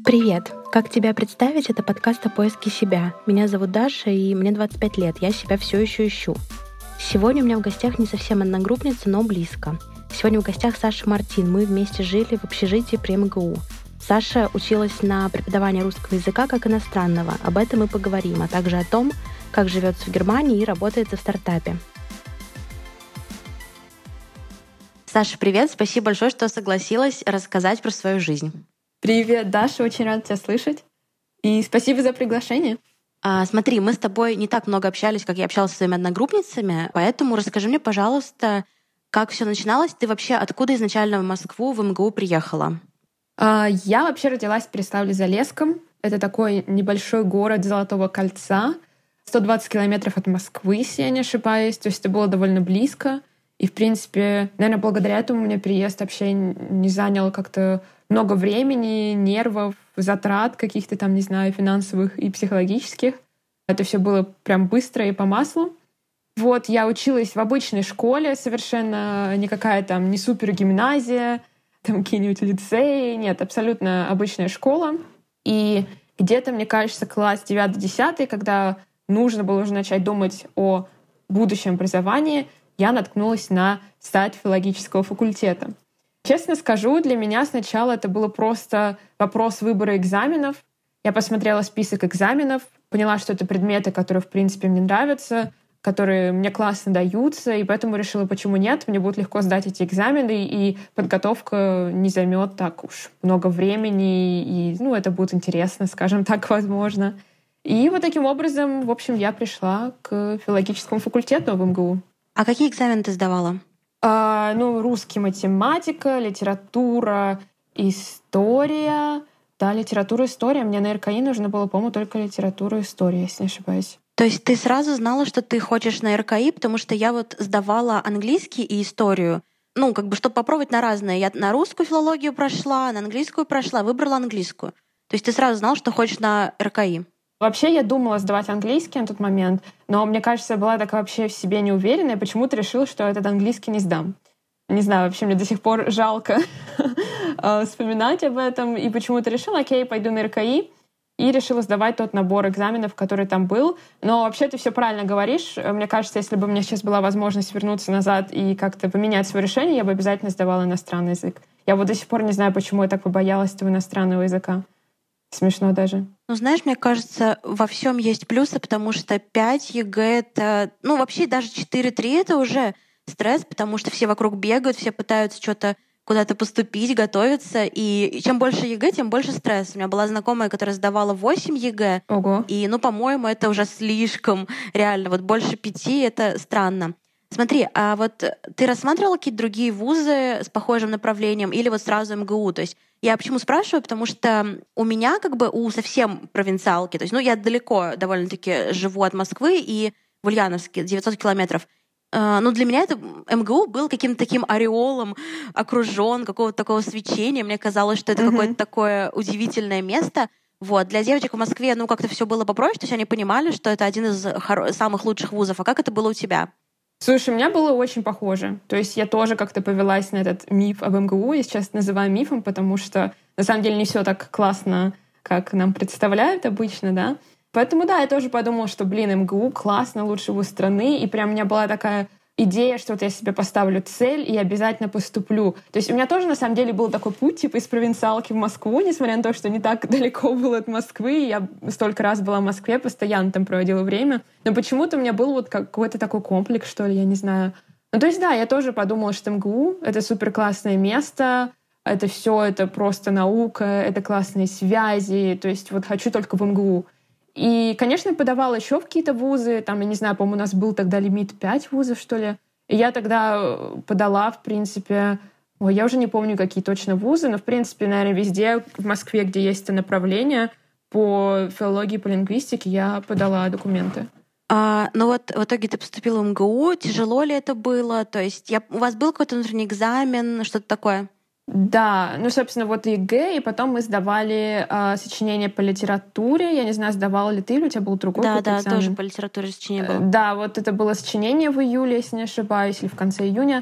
Привет! Как тебя представить? Это подкаст о поиске себя. Меня зовут Даша, и мне 25 лет. Я себя все еще ищу. Сегодня у меня в гостях не совсем одногруппница, но близко. Сегодня в гостях Саша Мартин. Мы вместе жили в общежитии при МГУ. Саша училась на преподавание русского языка как иностранного. Об этом мы поговорим, а также о том, как живется в Германии и работает в стартапе. Саша, привет! Спасибо большое, что согласилась рассказать про свою жизнь. Привет, Даша, очень рада тебя слышать. И спасибо за приглашение. Смотри, мы с тобой не так много общались, как я общалась со своими одногруппницами, поэтому расскажи мне, пожалуйста, как все начиналось? Ты вообще откуда изначально в Москву, в МГУ приехала? Я вообще родилась в Переславле-Залесском. Это такой небольшой город Золотого кольца, 120 километров от Москвы, если я не ошибаюсь. То есть это было довольно близко. И, в принципе, наверное, благодаря этому у меня переезд вообще не занял как-то много времени, нервов, затрат каких-то там, не знаю, финансовых и психологических. Это все было прям быстро и по маслу. Вот, я училась в обычной школе, совершенно никакая там не супергимназия, там какие-нибудь лицеи. Нет, абсолютно обычная школа. И где-то, мне кажется, класс 9-10, когда нужно было уже начать думать о будущем образовании, я наткнулась на сайт филологического факультета. Честно скажу, для меня сначала это было просто вопрос выбора экзаменов. Я посмотрела список экзаменов, поняла, что это предметы, которые, в принципе, мне нравятся, которые мне классно даются, и поэтому решила, почему нет, мне будет легко сдать эти экзамены, и подготовка не займет так уж много времени, и это будет интересно, скажем так, возможно. И вот таким образом, в общем, я пришла к филологическому факультету в МГУ. А какие экзамены ты сдавала? Русский, математика, литература, история. Да, литература, история. Мне на РКИ нужно было, по-моему, только литература, история, если не ошибаюсь. То есть ты сразу знала, что ты хочешь на РКИ, потому что я вот сдавала английский и историю. Чтобы попробовать на разные. Я на русскую филологию прошла, на английскую прошла, выбрала английскую. То есть ты сразу знала, что хочешь на РКИ. Вообще, я думала сдавать английский на тот момент, но, мне кажется, я была такая вообще в себе неуверенная, почему-то решила, что этот английский не сдам. Не знаю, вообще мне до сих пор жалко вспоминать об этом, и почему-то решила, окей, пойду на РКИ, и решила сдавать тот набор экзаменов, который там был. Но вообще ты все правильно говоришь. Мне кажется, если бы у меня сейчас была возможность вернуться назад и как-то поменять свое решение, я бы обязательно сдавала иностранный язык. Я вот до сих пор не знаю, почему я так побоялась этого иностранного языка. Смешно даже. Знаешь, мне кажется, во всем есть плюсы, потому что 5 ЕГЭ — это... вообще даже 4-3 — это уже стресс, потому что все вокруг бегают, все пытаются что-то куда-то поступить, готовиться. И чем больше ЕГЭ, тем больше стресс. У меня была знакомая, которая сдавала 8 ЕГЭ. Ого. И, по-моему, это уже слишком. Реально, вот больше 5 — это странно. Смотри, а вот ты рассматривала какие-то другие вузы с похожим направлением или вот сразу МГУ? То есть я почему спрашиваю? Потому что у меня у совсем провинциалки, то есть, я далеко довольно-таки живу от Москвы, и в Ульяновске 900 километров. Для меня это МГУ был каким-то таким ореолом окружен, какого-то такого свечения. Мне казалось, что это какое-то такое удивительное место. Вот. Для девочек в Москве, как-то все было попроще, то есть они понимали, что это один из самых лучших вузов. А как это было у тебя? Слушай, у меня было очень похоже. То есть я тоже как-то повелась на этот миф об МГУ. Я сейчас называю мифом, потому что на самом деле не все так классно, как нам представляют обычно, да. Поэтому, да, я тоже подумала, что, МГУ классно, лучший вуз страны. И прям у меня была такая идея, что вот я себе поставлю цель и обязательно поступлю. То есть у меня тоже, на самом деле, был такой путь, из провинциалки в Москву, несмотря на то, что не так далеко было от Москвы. Я столько раз была в Москве, постоянно там проводила время. Но почему-то у меня был вот какой-то такой комплекс, что ли, я не знаю. То есть, да, я тоже подумала, что МГУ — это супер классное место, это все, это просто наука, это классные связи. То есть вот хочу только в МГУ. И, конечно, подавала еще в какие-то вузы. Там, я не знаю, по-моему, у нас был тогда лимит 5 вузов, что ли. И я тогда подала, в принципе... я уже не помню, какие точно вузы, но, в принципе, наверное, везде в Москве, где есть это направление по филологии, по лингвистике, я подала документы. Вот в итоге ты поступила в МГУ. Тяжело ли это было? То есть у вас был какой-то внутренний экзамен, что-то такое? Да, собственно, вот ЕГЭ, и потом мы сдавали сочинение по литературе. Я не знаю, сдавала ли ты, или у тебя был другой какой-то экзамен? Да, тоже по литературе сочинение было. Да, вот это было сочинение в июле, если не ошибаюсь, или в конце июня.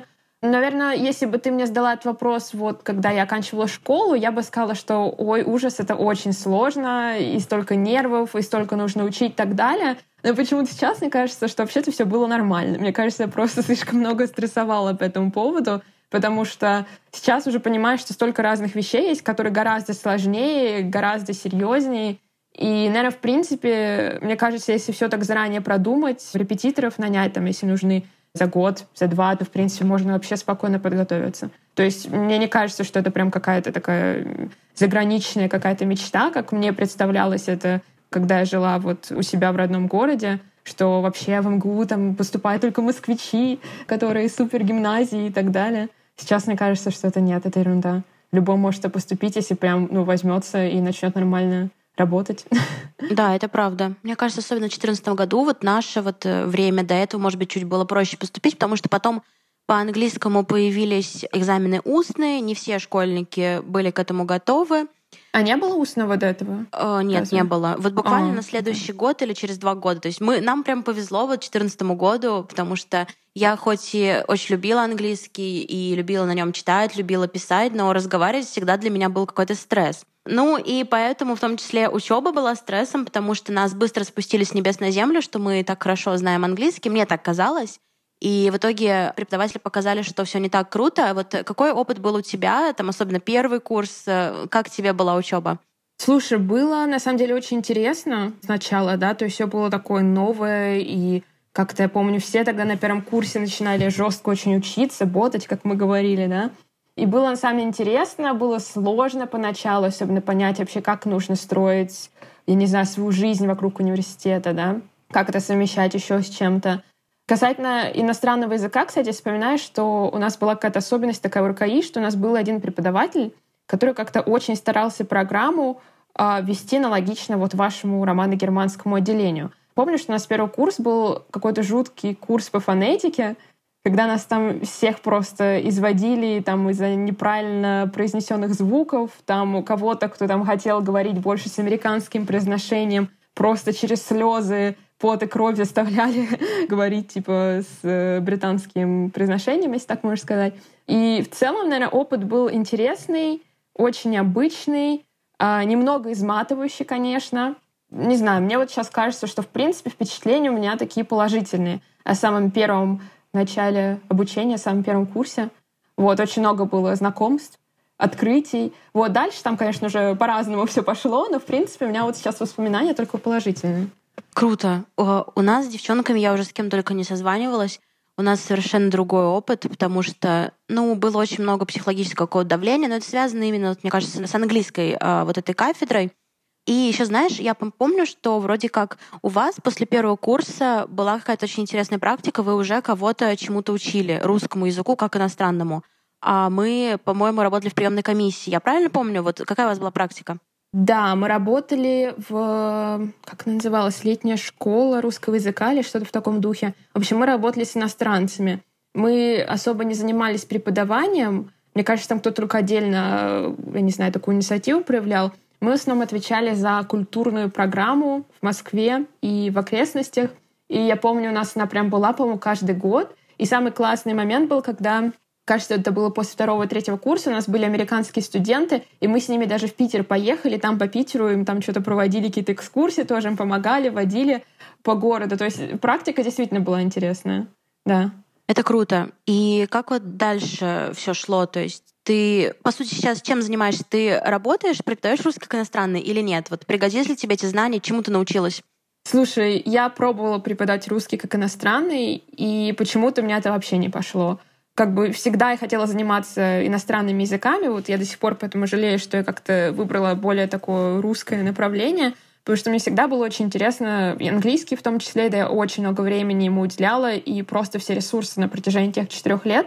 Наверное, если бы ты мне задала этот вопрос, вот когда я оканчивала школу, я бы сказала, что ой, ужас, это очень сложно, и столько нервов, и столько нужно учить и так далее. Но почему-то сейчас мне кажется, что вообще-то все было нормально. Мне кажется, я просто слишком много стрессовала по этому поводу, потому что сейчас уже понимаю, что столько разных вещей есть, которые гораздо сложнее, гораздо серьезнее. И, наверное, в принципе, мне кажется, если все так заранее продумать, репетиторов нанять, там, если нужны за год, за два, то, в принципе, можно вообще спокойно подготовиться. То есть мне не кажется, что это прям какая-то такая заграничная какая-то мечта, как мне представлялось это, когда я жила вот у себя в родном городе, что вообще в МГУ там поступают только москвичи, которые супер гимназии и так далее. Сейчас мне кажется, что это нет, это ерунда. Любой может поступить, если прям возьмется и начнет нормально работать. Да, это правда. Мне кажется, особенно в 2014 году вот наше вот время до этого, может быть, чуть было проще поступить, потому что потом по английскому появились экзамены устные, не все школьники были к этому готовы. А не было устного до этого? Нет, разве? не было. Вот буквально на следующий год или через 2 года. То есть нам прям повезло вот 2014 году, потому что я хоть и очень любила английский и любила на нем читать, любила писать, но разговаривать всегда для меня был какой-то стресс. Ну и поэтому в том числе учеба была стрессом, потому что нас быстро спустили с небес на землю, что мы так хорошо знаем английский, мне так казалось. И в итоге преподаватели показали, что все не так круто. Вот какой опыт был у тебя, там особенно первый курс, как тебе была учеба? Слушай, было на самом деле очень интересно сначала, да, то есть все было такое новое, и как-то я помню, все тогда на первом курсе начинали жестко очень учиться, ботать, как мы говорили, да. И было на самом деле интересно, было сложно поначалу, особенно понять вообще, как нужно строить, я не знаю, свою жизнь вокруг университета, да, как это совмещать еще с чем-то. Касательно иностранного языка, кстати, вспоминаю, что у нас была какая-то особенность такая в РКИ, что у нас был один преподаватель, который как-то очень старался программу вести аналогично вот вашему романо-германскому отделению. Помню, что у нас первый курс был какой-то жуткий курс по фонетике, когда нас там всех просто изводили там из-за неправильно произнесенных звуков, там у кого-то, кто там хотел говорить больше с американским произношением, просто через слезы, пот и кровь заставляли говорить типа с британским произношением, если так можно сказать. И в целом, наверное, опыт был интересный, очень необычный, немного изматывающий, конечно. Не знаю, мне вот сейчас кажется, что, в принципе, впечатления у меня такие положительные. О самом первом начале обучения, о самом первом курсе. Вот, очень много было знакомств, открытий. Вот дальше там, конечно, уже по-разному все пошло, но, в принципе, у меня вот сейчас воспоминания только положительные. Круто. У нас с девчонками, я уже с кем только не созванивалась, у нас совершенно другой опыт, потому что, было очень много психологического какого-то давления, но это связано именно, мне кажется, с английской вот этой кафедрой. И еще, знаешь, я помню, что вроде как у вас после первого курса была какая-то очень интересная практика, вы уже кого-то чему-то учили, русскому языку как иностранному. А мы, по-моему, работали в приемной комиссии. Я правильно помню? Вот какая у вас была практика? Да, мы работали в, как она называлась, летняя школа русского языка или что-то в таком духе. В общем, мы работали с иностранцами. Мы особо не занимались преподаванием. Мне кажется, там кто-то только отдельно, я не знаю, такую инициативу проявлял. Мы в основном отвечали за культурную программу в Москве и в окрестностях. И я помню, у нас она прям была, по-моему, каждый год. И самый классный момент был, когда, кажется, это было после 2-3 курса, у нас были американские студенты, и мы с ними даже в Питер поехали, там по Питеру им там что-то проводили, какие-то экскурсии тоже им помогали, водили по городу. То есть практика действительно была интересная. Да. Это круто. И как вот дальше все шло? То есть ты, по сути, сейчас чем занимаешься? Ты работаешь, преподаешь русский как иностранный или нет? Вот пригодились ли тебе эти знания, чему ты научилась? Слушай, я пробовала преподать русский как иностранный, и почему-то у меня это вообще не пошло. Как бы всегда я хотела заниматься иностранными языками, вот я до сих пор поэтому жалею, что я как-то выбрала более такое русское направление, потому что мне всегда было очень интересно, и английский в том числе, да, я очень много времени ему уделяла, и просто все ресурсы на протяжении тех 4 лет.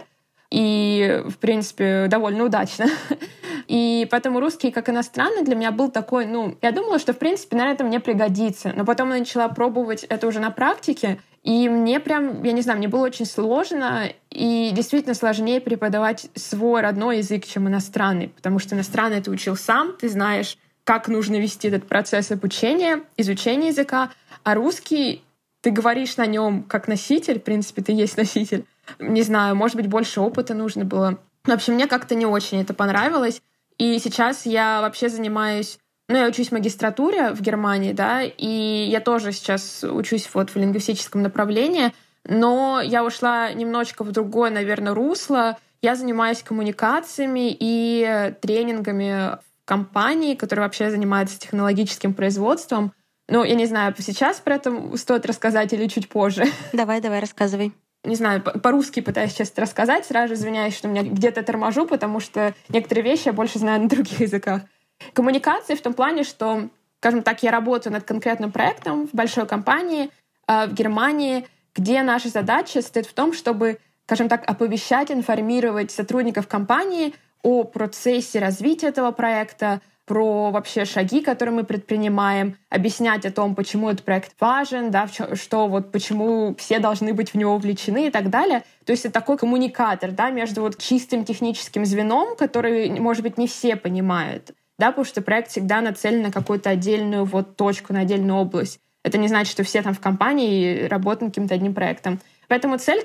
И, в принципе, довольно удачно. И поэтому русский как иностранный для меня был такой, я думала, что, в принципе, наверное, это мне пригодится. Но потом я начала пробовать это уже на практике, и мне прям, я не знаю, мне было очень сложно, и действительно сложнее преподавать свой родной язык, чем иностранный, потому что иностранный ты учил сам, ты знаешь, как нужно вести этот процесс обучения, изучения языка, а русский ты говоришь на нем как носитель, в принципе, ты есть носитель, Не знаю, может быть, больше опыта нужно было. В общем, мне как-то не очень это понравилось. И сейчас я вообще занимаюсь... я учусь в магистратуре в Германии, да, и я тоже сейчас учусь вот в лингвистическом направлении, но я ушла немножечко в другое, наверное, русло. Я занимаюсь коммуникациями и тренингами в компании, которая вообще занимается технологическим производством. Я не знаю, сейчас про это стоит рассказать или чуть позже. Давай, рассказывай. Не знаю, по-русски пытаюсь сейчас это рассказать. Сразу извиняюсь, что меня где-то торможу, потому что некоторые вещи я больше знаю на других языках. Коммуникации в том плане, что, скажем так, я работаю над конкретным проектом в большой компании в Германии, где наша задача состоит в том, чтобы, скажем так, оповещать, информировать сотрудников компании о процессе развития этого проекта, про вообще шаги, которые мы предпринимаем, объяснять о том, почему этот проект важен, да, почему все должны быть в него вовлечены и так далее. То есть это такой коммуникатор, да, между чистым техническим звеном, который, может быть, не все понимают, да, потому что проект всегда нацелен на какую-то отдельную точку, на отдельную область. Это не значит, что все там в компании работают над каким-то одним проектом. Поэтому цель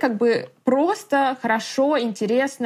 просто хорошо, интересно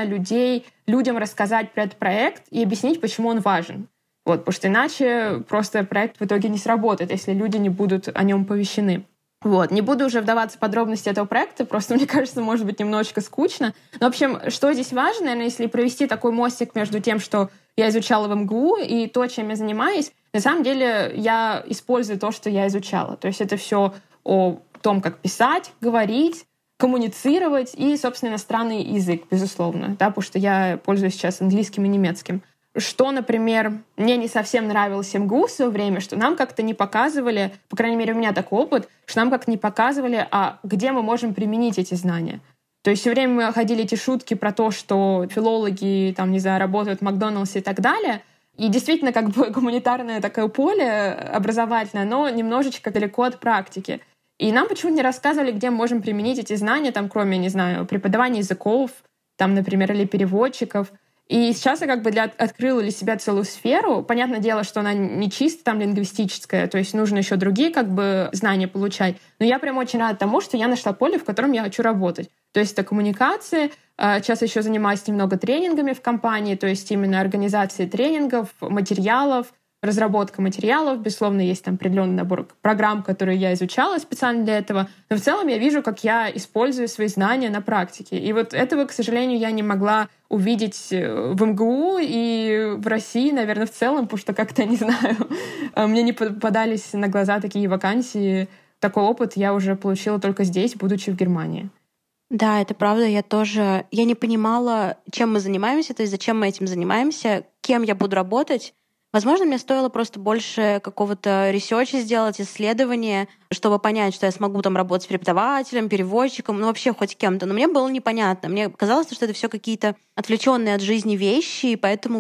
людям рассказать про этот проект и объяснить, почему он важен. Потому что иначе просто проект в итоге не сработает, если люди не будут о нем оповещены. Не буду уже вдаваться в подробности этого проекта, просто, мне кажется, может быть немножечко скучно. Но, в общем, что здесь важно, наверное, если провести такой мостик между тем, что я изучала в МГУ, и то, чем я занимаюсь, на самом деле я использую то, что я изучала. То есть это все о том, как писать, говорить, коммуницировать и, собственно, иностранный язык, безусловно, да, потому что я пользуюсь сейчас английским и немецким. Что, например, мне не совсем нравилось в МГУ в свое время, что нам как-то не показывали, по крайней мере, у меня такой опыт, что нам как-то не показывали, где мы можем применить эти знания. То есть все время мы ходили эти шутки про то, что филологи, работают в Макдональдсе и так далее. И действительно, гуманитарное такое поле образовательное, но немножечко далеко от практики. И нам почему-то не рассказывали, где мы можем применить эти знания, кроме, преподавания языков, например, или переводчиков. И сейчас я открыла для себя целую сферу. Понятное дело, что она не чисто лингвистическая, то есть нужно еще другие знания получать. Но я прям очень рада тому, что я нашла поле, в котором я хочу работать. То есть это коммуникации. Сейчас еще занимаюсь немного тренингами в компании, то есть именно организацией тренингов, материалов, разработка материалов. Безусловно, есть определенный набор программ, которые я изучала специально для этого. Но в целом я вижу, как я использую свои знания на практике. И этого, к сожалению, я не могла увидеть в МГУ и в России, наверное, в целом, потому что как-то, не знаю, мне не попадались на глаза такие вакансии. Такой опыт я уже получила только здесь, будучи в Германии. Да, это правда. Я не понимала, чем мы занимаемся, то есть зачем мы этим занимаемся, кем я буду работать. Возможно, мне стоило просто больше какого-то ресерча сделать, исследования, чтобы понять, что я смогу работать с преподавателем, переводчиком, вообще хоть кем-то. Но мне было непонятно. Мне казалось, что это все какие-то отвлеченные от жизни вещи, и поэтому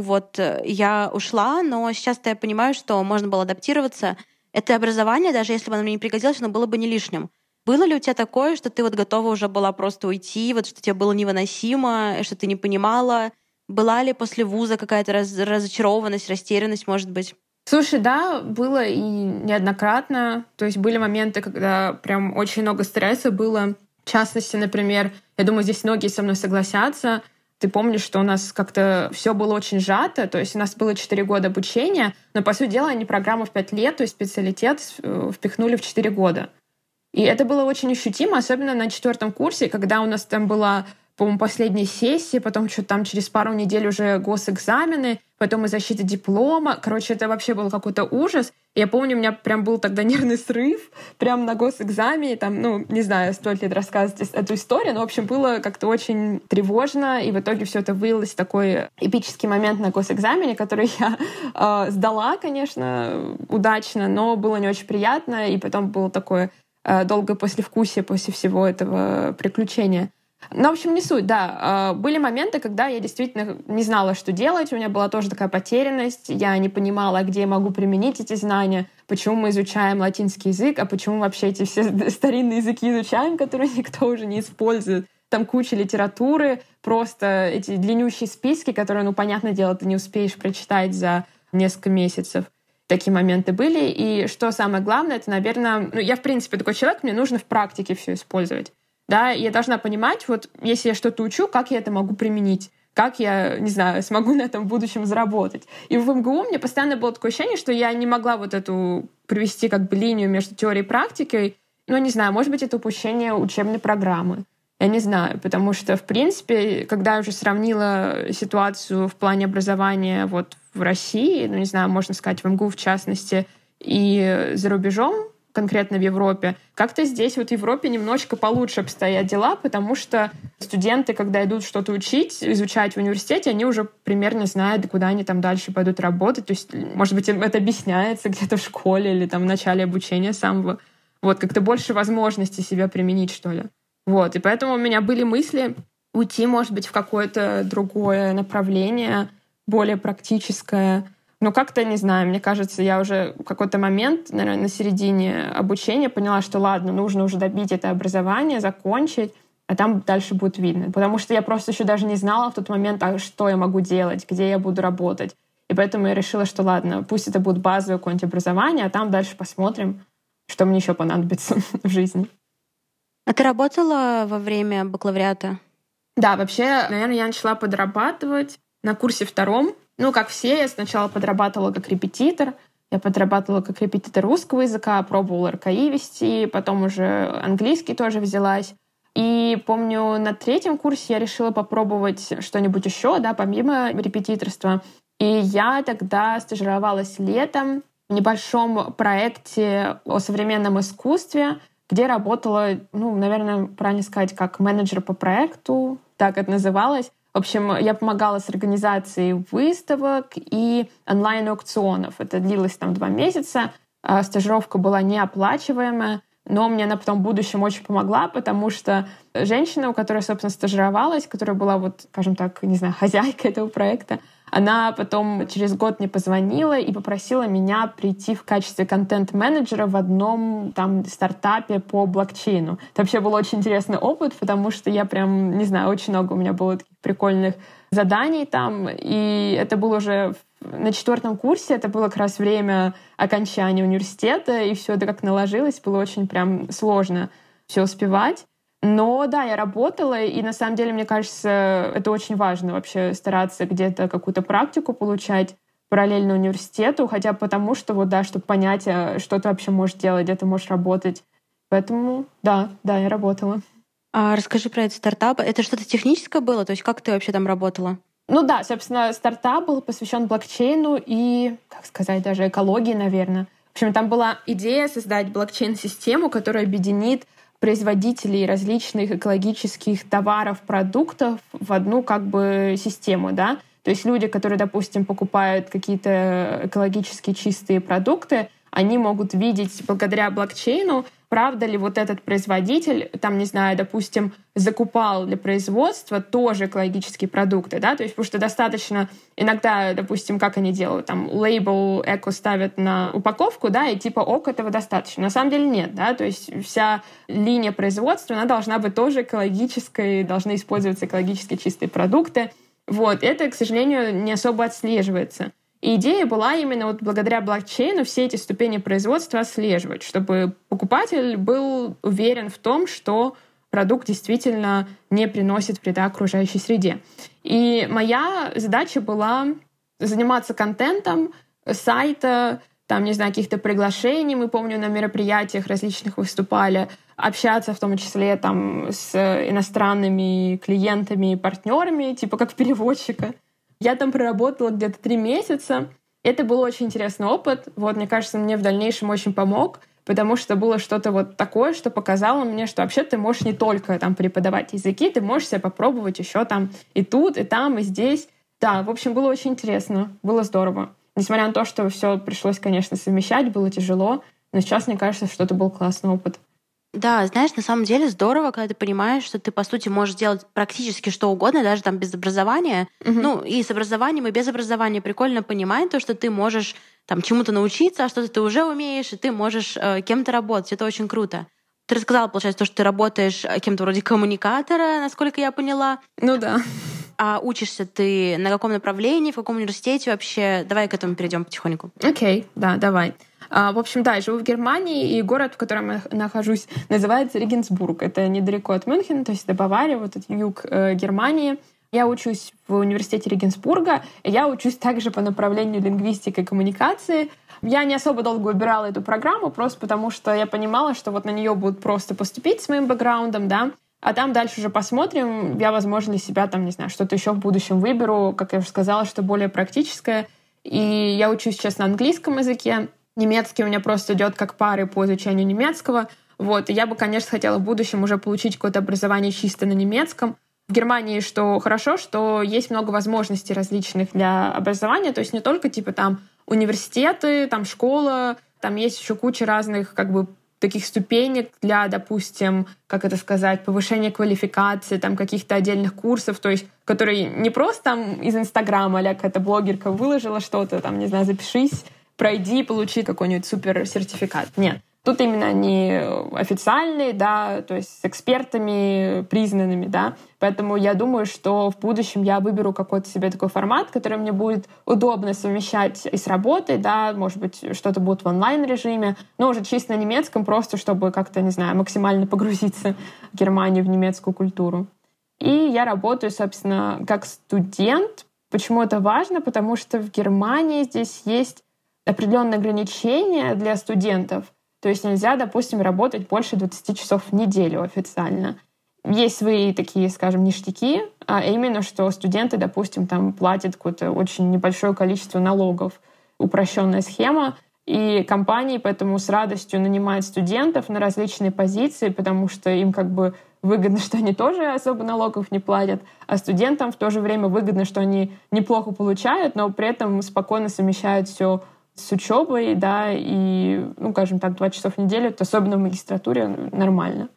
я ушла, но сейчас-то я понимаю, что можно было адаптироваться. Это образование, даже если бы оно мне не пригодилось, оно было бы не лишним. Было ли у тебя такое, что ты готова уже была просто уйти, что тебе было невыносимо, что ты не понимала? Была ли после вуза какая-то разочарованность, растерянность, может быть? Слушай, да, было и неоднократно. То есть были моменты, когда прям очень много стресса было. В частности, например, я думаю, здесь многие со мной согласятся. Ты помнишь, что у нас как-то все было очень сжато, то есть у нас было 4 года обучения, но, по сути дела, они программу в 5 лет, то есть специалитет впихнули в 4 года. И это было очень ощутимо, особенно на 4 курсе, когда у нас там была, по-моему, последняя сессия, потом что-то через пару недель уже госэкзамены, потом и защита диплома. Короче, это вообще был какой-то ужас. И я помню, у меня прям был тогда нервный срыв прям на госэкзамене. Не знаю, стоит ли рассказывать эту историю, но, в общем, было как-то очень тревожно, и в итоге все это вылилось в такой эпический момент на госэкзамене, который я сдала, конечно, удачно, но было не очень приятно, и потом было такое долгое послевкусие после всего этого приключения. В общем, не суть, да. Были моменты, когда я действительно не знала, что делать. У меня была тоже такая потерянность. Я не понимала, где я могу применить эти знания, почему мы изучаем латинский язык, а почему вообще эти все старинные языки изучаем, которые никто уже не использует. Там куча литературы, просто эти длиннющие списки, которые, понятное дело, ты не успеешь прочитать за несколько месяцев. Такие моменты были. И что самое главное, это, наверное... я, в принципе, такой человек, мне нужно в практике все использовать. да, и я должна понимать, вот если я что-то учу, как я это могу применить, как я, не знаю, смогу на этом в будущем заработать. И в МГУ мне постоянно было такое ощущение, что я не могла вот эту провести как бы линию между теорией и практикой. Ну, не знаю, может быть, это упущение учебной программы. Я не знаю, потому что, в принципе, когда я уже сравнила ситуацию в плане образования вот в России, ну, не знаю, можно сказать, в МГУ в частности, и за рубежом, конкретно в Европе, как-то здесь вот в Европе немножечко получше обстоят дела, потому что студенты, когда идут что-то учить, изучать в университете, они уже примерно знают, куда они там дальше пойдут работать. То есть, может быть, им это объясняется где-то в школе или там в начале обучения самого. Вот, как-то больше возможностей себя применить, что ли. Вот, и поэтому у меня были мысли уйти, может быть, в какое-то другое направление, более практическое. Но как-то, не знаю, мне кажется, я уже в какой-то момент, наверное, на середине обучения поняла, что ладно, нужно уже добить это образование, закончить, а там дальше будет видно. Потому что я просто еще даже не знала в тот момент, что я могу делать, где я буду работать. И поэтому я решила, что ладно, пусть это будет базовое какое-нибудь образование, а там дальше посмотрим, что мне еще понадобится в жизни. А ты работала во время бакалавриата? Да, вообще, наверное, я начала подрабатывать на курсе 2. Ну, как все, я сначала подрабатывала как репетитор. Я подрабатывала как репетитор русского языка, пробовала РКИ вести, потом уже английский тоже взялась. И помню, на 3 курсе я решила попробовать что-нибудь еще, да, помимо репетиторства. И я тогда стажировалась летом в небольшом проекте о современном искусстве, где работала, ну, наверное, правильно сказать, как менеджер по проекту, так это называлось. В общем, я помогала с организацией выставок и онлайн-аукционов. Это длилось там 2 месяца. Стажировка была неоплачиваемая, но мне она потом в будущем очень помогла, потому что женщина, у которой, собственно, стажировалась, которая была, вот, скажем так, не знаю, хозяйкой этого проекта, она потом через год мне позвонила и попросила меня прийти в качестве контент-менеджера в одном там стартапе по блокчейну. Это вообще был очень интересный опыт, потому что я прям, не знаю, очень много у меня было таких прикольных заданий там. И это было уже на 4 курсе, это было как раз время окончания университета, и все это как наложилось, было очень прям сложно все успевать. Но да, я работала, и на самом деле, мне кажется, это очень важно вообще стараться где-то какую-то практику получать параллельно университету, хотя бы потому, что вот, да, чтобы понять, что ты вообще можешь делать, где ты можешь работать. Поэтому да, я работала. А расскажи про этот стартап. Это что-то техническое было? То есть как ты вообще там работала? Ну да, собственно, стартап был посвящен блокчейну и, как сказать, даже экологии, наверное. В общем, там была идея создать блокчейн-систему, которая объединит производителей различных экологических товаров, продуктов в одну как бы систему, да. То есть люди, которые, допустим, покупают какие-то экологически чистые продукты, они могут видеть благодаря блокчейну, правда ли вот этот производитель, там, не знаю, допустим, закупал для производства тоже экологические продукты, да, то есть потому что достаточно иногда, допустим, как они делают, там, лейбл эко ставят на упаковку, да, и типа ок, этого достаточно. На самом деле нет, да, то есть вся линия производства, она должна быть тоже экологической, должны использоваться экологически чистые продукты. Вот, это, к сожалению, не особо отслеживается. И идея была именно вот благодаря блокчейну все эти ступени производства отслеживать, чтобы покупатель был уверен в том, что продукт действительно не приносит вреда окружающей среде. И моя задача была заниматься контентом сайта, там, не знаю, каких-то приглашений, мы, помню, на мероприятиях различных выступали, общаться в том числе там с иностранными клиентами и партнерами, типа как переводчика. Я там проработала где-то 3 месяца. Это был очень интересный опыт. Вот, мне кажется, мне в дальнейшем очень помог, потому что было что-то вот такое, что показало мне, что вообще ты можешь не только там преподавать языки, ты можешь себя попробовать еще там и тут, и там, и здесь. Да, в общем, было очень интересно, было здорово. Несмотря на то, что все пришлось, конечно, совмещать, было тяжело, но сейчас мне кажется, что это был классный опыт. Да, знаешь, на самом деле здорово, когда ты понимаешь, что ты, по сути, можешь делать практически что угодно, даже там без образования. Ну, и с образованием, и без образования прикольно понимать то, что ты можешь там чему-то научиться, а что-то ты уже умеешь, и ты можешь кем-то работать. Это очень круто. Ты рассказала, получается, то, что ты работаешь кем-то вроде коммуникатора, насколько я поняла. Ну да. А учишься ты на каком направлении, в каком университете вообще? Давай к этому перейдем потихоньку. Окей, да, давай. В общем, да, я живу в Германии, и город, в котором я нахожусь, называется Регенсбург. Это недалеко от Мюнхена, то есть это Бавария, вот это юг Германии. Я учусь в университете Регенсбурга, и я учусь также по направлению лингвистики и коммуникации. Я не особо долго выбирала эту программу, просто потому что я понимала, что вот на нее будут просто поступить с моим бэкграундом, да, а там дальше уже посмотрим. Я, возможно, для себя там, не знаю, что-то еще в будущем выберу, как я уже сказала, что более практическое. И я учусь сейчас на английском языке. Немецкий у меня просто идет как пары по изучению немецкого. Вот. И я бы, конечно, хотела в будущем уже получить какое-то образование чисто на немецком. В Германии что хорошо, что есть много возможностей различных для образования. То есть не только типа там университеты, там школа, там есть еще куча разных как бы таких ступенек для, допустим, как это сказать, повышения квалификации, там каких-то отдельных курсов, то есть, которые не просто там из Инстаграма, а какая-то блогерка выложила что-то, там, не знаю, запишись, пройди, получи какой-нибудь супер сертификат. Нет. Тут именно они официальные, да, то есть с экспертами признанными, да. Поэтому я думаю, что в будущем я выберу какой-то себе такой формат, который мне будет удобно совмещать и с работой, да, может быть, что-то будет в онлайн-режиме, но уже чисто на немецком, просто чтобы как-то, не знаю, максимально погрузиться в Германию, в немецкую культуру. И я работаю, собственно, как студент. Почему это важно? Потому что в Германии здесь есть определенные ограничения для студентов. То есть нельзя, допустим, работать больше 20 часов в неделю официально. Есть свои такие, скажем, ништяки, а именно, что студенты, допустим, там платят какое-то очень небольшое количество налогов. Упрощенная схема. И компании поэтому с радостью нанимают студентов на различные позиции, потому что им как бы выгодно, что они тоже особо налогов не платят, а студентам в то же время выгодно, что они неплохо получают, но при этом спокойно совмещают все с учебой, да, и, ну, скажем так, 20 часов в неделю, это особенно в магистратуре нормально.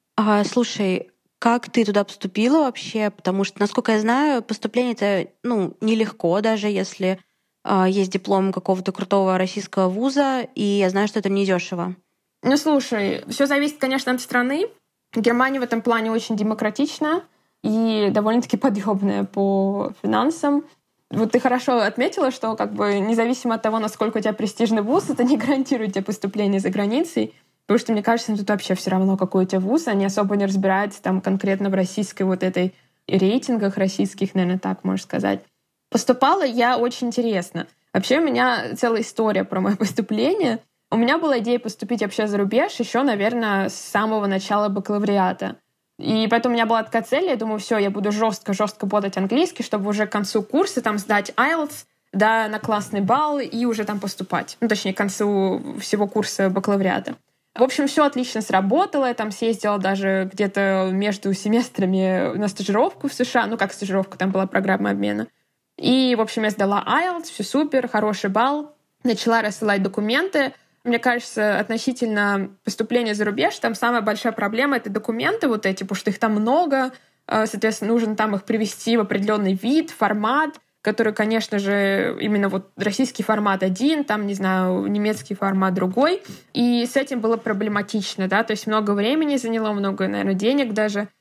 Слушай, как ты туда поступила вообще? Потому что, насколько я знаю, поступление это, ну, нелегко, даже если есть диплом какого-то крутого российского вуза, и я знаю, что это недешево. Ну, слушай, все зависит, конечно, от страны. Германия в этом плане очень демократична и довольно-таки подъёбная по финансам. Вот ты хорошо отметила, что как бы независимо от того, насколько у тебя престижный вуз, это не гарантирует тебе поступление за границей. Потому что, мне кажется, тут вообще все равно, какой у тебя вуз. Они особо не разбираются там конкретно в российской вот этой рейтингах российских, наверное, так можно сказать. Поступала я очень интересно. Вообще у меня целая история про мое поступление. У меня была идея поступить вообще за рубеж еще, наверное, с самого начала бакалавриата. И поэтому у меня была такая цель, я думаю, все, я буду жестко бодать английский, чтобы уже к концу курса там сдать IELTS, да, на классный балл и уже там поступать. Ну, точнее, к концу всего курса бакалавриата. В общем, все отлично сработало. Я там съездила даже где-то между семестрами на стажировку в США. Ну, как стажировка, там была программа обмена. И, в общем, я сдала IELTS, все супер, хороший балл. Начала рассылать документы. Мне кажется, относительно поступления за рубеж, там самая большая проблема — это документы вот эти, потому что их там много. Соответственно, нужно там их привести в определенный вид, формат, который, конечно же, именно вот российский формат один, там, не знаю, немецкий формат другой. И с этим было проблематично, да, то есть много времени заняло, много, наверное, денег даже.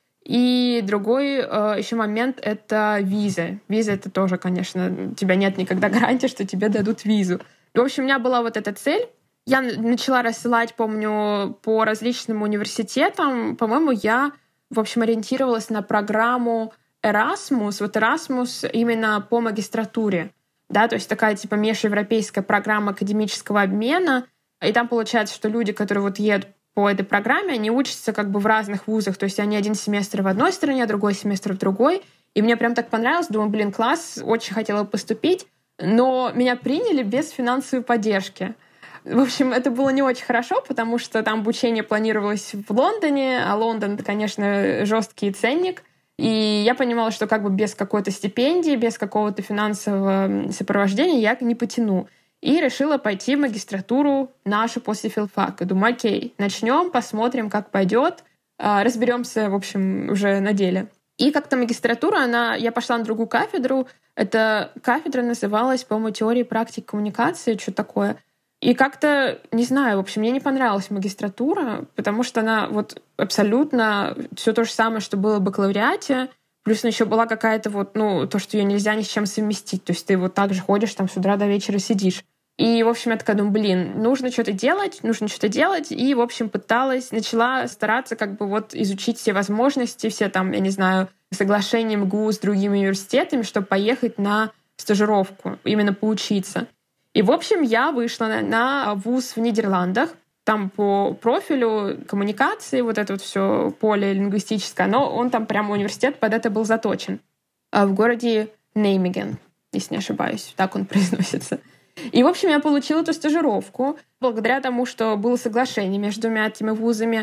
И другой еще момент — это виза. Виза — это тоже, конечно, у тебя нет никогда гарантии, что тебе дадут визу. В общем, у меня была вот эта цель. Я начала рассылать, помню, по различным университетам. По-моему, я, в общем, ориентировалась на программу Erasmus. Вот Erasmus именно по магистратуре. Да, то есть такая типа межевропейская программа академического обмена. И там получается, что люди, которые вот едут по этой программе, они учатся как бы в разных вузах. То есть они один семестр в одной стране, другой семестр в другой. И мне прям так понравилось. Думаю, блин, класс, очень хотела поступить. Но меня приняли без финансовой поддержки. В общем, это было не очень хорошо, потому что там обучение планировалось в Лондоне, а Лондон — это, конечно, жесткий ценник. И я понимала, что как бы без какой-то стипендии, без какого-то финансового сопровождения я не потяну. И решила пойти в магистратуру нашу после филфака. Думаю, окей, начнем, посмотрим, как пойдет, разберемся, в общем, уже на деле. И как-то магистратура, я пошла на другую кафедру. Эта кафедра называлась, по-моему, теория и практики коммуникации, что такое. И как-то, не знаю, в общем, мне не понравилась магистратура, потому что она вот абсолютно все то же самое, что было в бакалавриате, Плюс еще была какая-то вот, то, что ее нельзя ни с чем совместить. То есть ты вот так же ходишь, там с утра до вечера сидишь. И, в общем, я такая думаю, нужно что-то делать. И, в общем, начала стараться как бы вот изучить все возможности, все там, я не знаю, соглашения МГУ с другими университетами, чтобы поехать на стажировку, именно поучиться. И, в общем, я вышла на вуз в Нидерландах. Там по профилю коммуникации, вот это вот все поле лингвистическое, но он там прямо университет под это был заточен. В городе Неймеген, если не ошибаюсь, так он произносится. И, в общем, я получила эту стажировку. Благодаря тому, что было соглашение между двумя этими вузами,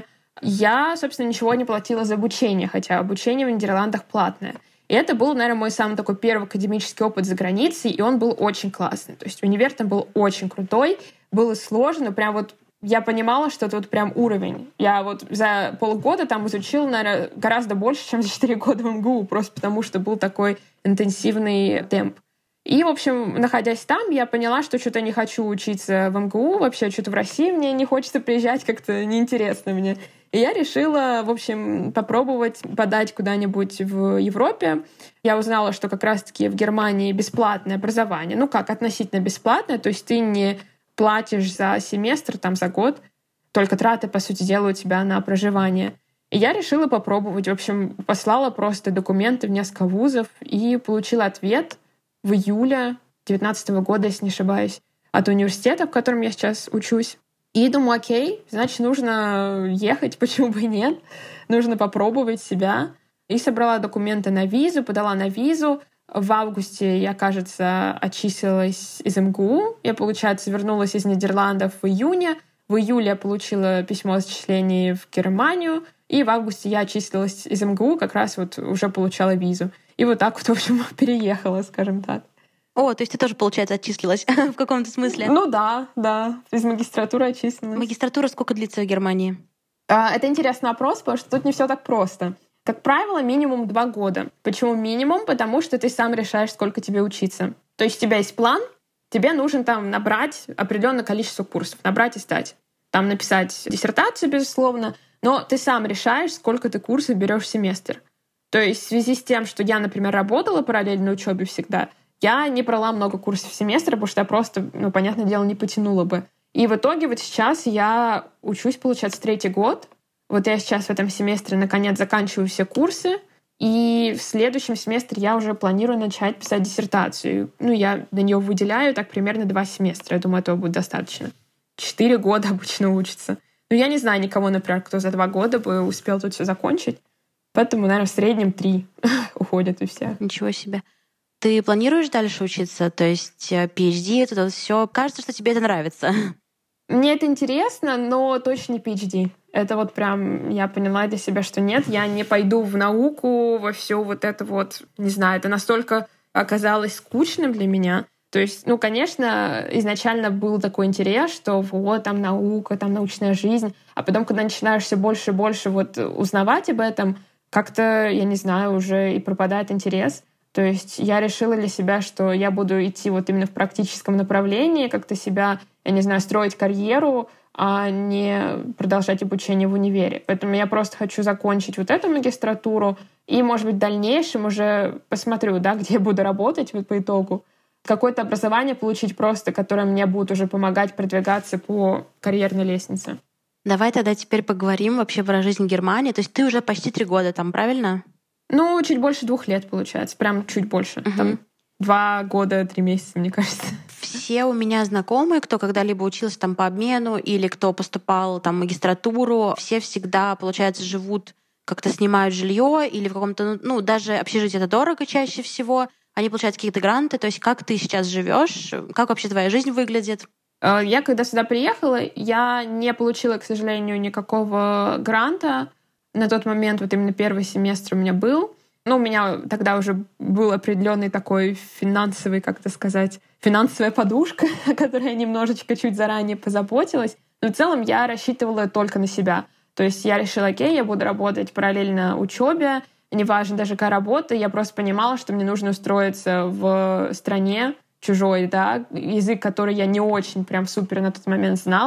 я, собственно, ничего не платила за обучение, хотя обучение в Нидерландах платное. И это был, наверное, мой самый такой первый академический опыт за границей, и он был очень классный. То есть универ там был очень крутой, было сложно, прям вот я понимала, что это вот прям уровень. Я вот за полгода там изучила, наверное, гораздо больше, чем за 4 года в МГУ, просто потому что был такой интенсивный темп. И, в общем, находясь там, я поняла, что что-то не хочу учиться в МГУ, вообще что-то в России мне не хочется приезжать, как-то неинтересно мне. И я решила, в общем, попробовать подать куда-нибудь в Европе. Я узнала, что как раз-таки в Германии бесплатное образование. Относительно бесплатное, то есть ты не платишь за семестр, там, за год, только траты, по сути дела, у тебя на проживание. И я решила попробовать. В общем, послала просто документы в несколько вузов и получила ответ в июле 2019 года, если не ошибаюсь, от университета, в котором я сейчас учусь. И думаю, окей, значит, нужно ехать, почему бы и нет. Нужно попробовать себя. И собрала документы на визу, подала на визу. В августе я, кажется, отчислилась из МГУ. Я, получается, вернулась из Нидерландов в июне. В июле я получила письмо о зачислении в Германию. И в августе я отчислилась из МГУ, как раз вот уже получала визу. И вот так вот, в общем, переехала, скажем так. О, то есть ты тоже, получается, отчислилась в каком-то смысле? Да. Из магистратуры отчислилась. Магистратура сколько длится в Германии? Это интересный вопрос, потому что тут не все так просто. Как правило, минимум 2 года. Почему минимум? Потому что ты сам решаешь, сколько тебе учиться. То есть у тебя есть план, тебе нужно там набрать определенное количество курсов, набрать и сдать. Там написать диссертацию, безусловно, но ты сам решаешь, сколько ты курсов берешь в семестр. То есть в связи с тем, что я, например, работала параллельно учебе всегда, я не брала много курсов в семестр, потому что я просто, понятное дело, не потянула бы. И в итоге вот сейчас я учусь, получается, 3-й год. Вот я сейчас в этом семестре, наконец, заканчиваю все курсы, и в следующем семестре я уже планирую начать писать диссертацию. Я на нее выделяю так примерно 2 семестра. Я думаю, этого будет достаточно. 4 года обычно учатся. Я не знаю никого, например, кто за 2 года бы успел тут все закончить. Поэтому, наверное, в среднем 3 уходят у всех. Ничего себе. Ты планируешь дальше учиться? То есть PhD, это все. Кажется, что тебе это нравится. Мне это интересно, но точно не PhD. Это вот прям я поняла для себя, что нет, я не пойду в науку, во все вот это вот, не знаю, это настолько оказалось скучным для меня. То есть, конечно, изначально был такой интерес, что вот там наука, там научная жизнь, а потом, когда начинаешь все больше и больше вот узнавать об этом, как-то, я не знаю, уже и пропадает интерес. То есть я решила для себя, что я буду идти вот именно в практическом направлении, как-то себя, я не знаю, строить карьеру, а не продолжать обучение в универе. Поэтому я просто хочу закончить вот эту магистратуру и, может быть, в дальнейшем уже посмотрю, где я буду работать вот по итогу. Какое-то образование получить просто, которое мне будет уже помогать продвигаться по карьерной лестнице. Давай тогда теперь поговорим вообще про жизнь в Германии. То есть ты уже почти 3 года там, правильно? Чуть больше 2 лет, получается. Прям чуть больше. Угу. Там 2 года, 3 месяца, мне кажется. Все у меня знакомые, кто когда-либо учился там по обмену или кто поступал там в магистратуру, все всегда, получается, живут, как-то снимают жилье или в каком-то, даже общежитие это дорого чаще всего. Они получают какие-то гранты. То есть как ты сейчас живешь? Как вообще твоя жизнь выглядит? Я когда сюда приехала, я не получила, к сожалению, никакого гранта. На тот момент вот именно первый семестр у меня был. У меня тогда уже был определенный такой финансовый, финансовая подушка, о которой я немножечко чуть заранее позаботилась. Но в целом я рассчитывала только на себя. То есть я решила, окей, я буду работать параллельно учебе, неважно даже какая работа, я просто понимала, что мне нужно устроиться в стране чужой, язык, который я не очень прям супер на тот момент знала.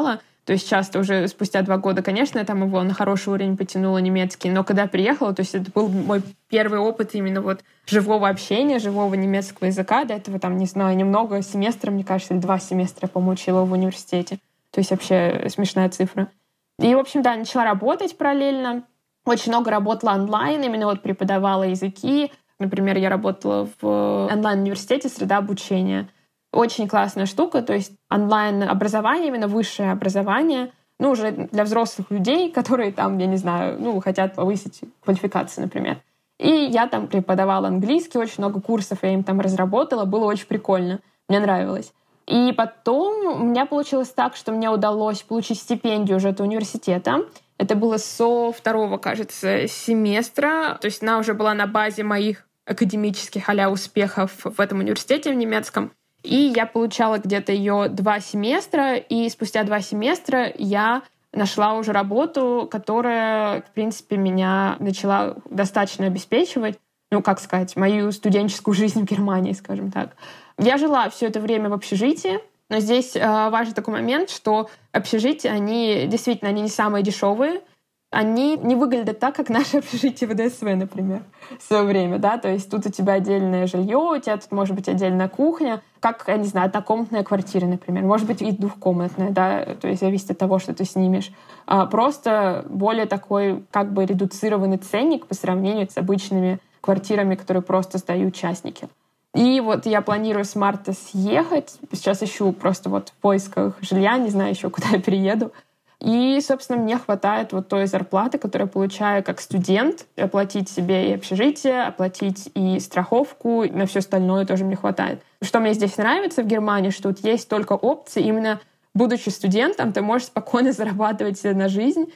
То есть часто уже спустя 2 года, конечно, я там его на хороший уровень потянула немецкий, но когда приехала, то есть это был мой первый опыт именно вот живого общения, живого немецкого языка. До этого там, не знаю, немного семестра, мне кажется, или 2 семестра, по-моему, учила в университете. То есть вообще смешная цифра. И, в общем, да, начала работать параллельно. Очень много работала онлайн, именно вот преподавала языки. Например, я работала в онлайн-университете «Среда обучения». Очень классная штука, то есть онлайн-образование, именно высшее образование, ну, уже для взрослых людей, которые там, я не знаю, ну, хотят повысить квалификацию, например. И я там преподавала английский, очень много курсов я им там разработала, было очень прикольно, мне нравилось. И потом у меня получилось так, что мне удалось получить стипендию уже от университета. Это было со 2-го, кажется, семестра, то есть она уже была на базе моих академических а-ля успехов в этом университете в немецком. И я получала где-то ее 2 семестра, и спустя 2 семестра я нашла уже работу, которая, в принципе, меня начала достаточно обеспечивать, ну, как сказать, мою студенческую жизнь в Германии, скажем так. Я жила все это время в общежитии, но здесь важен такой момент, что общежития, они действительно они не самые дешевые, они не выглядят так, как наше общежитие в ДСВ, например, в свое время, да, то есть тут у тебя отдельное жилье, у тебя тут может быть отдельная кухня, как, я не знаю, однокомнатная квартира, например, может быть и двухкомнатная, да, то есть зависит от того, что ты снимешь. Просто более такой как бы редуцированный ценник по сравнению с обычными квартирами, которые просто сдают частники. И вот я планирую с марта съехать, сейчас ищу просто вот в поисках жилья, не знаю еще, куда я перееду. И, собственно, мне хватает вот той зарплаты, которую я получаю как студент, оплатить себе и общежитие, оплатить и страховку, и на все остальное тоже мне хватает. Что мне здесь нравится в Германии, что тут есть только опции, именно будучи студентом, ты можешь спокойно зарабатывать себе на жизнь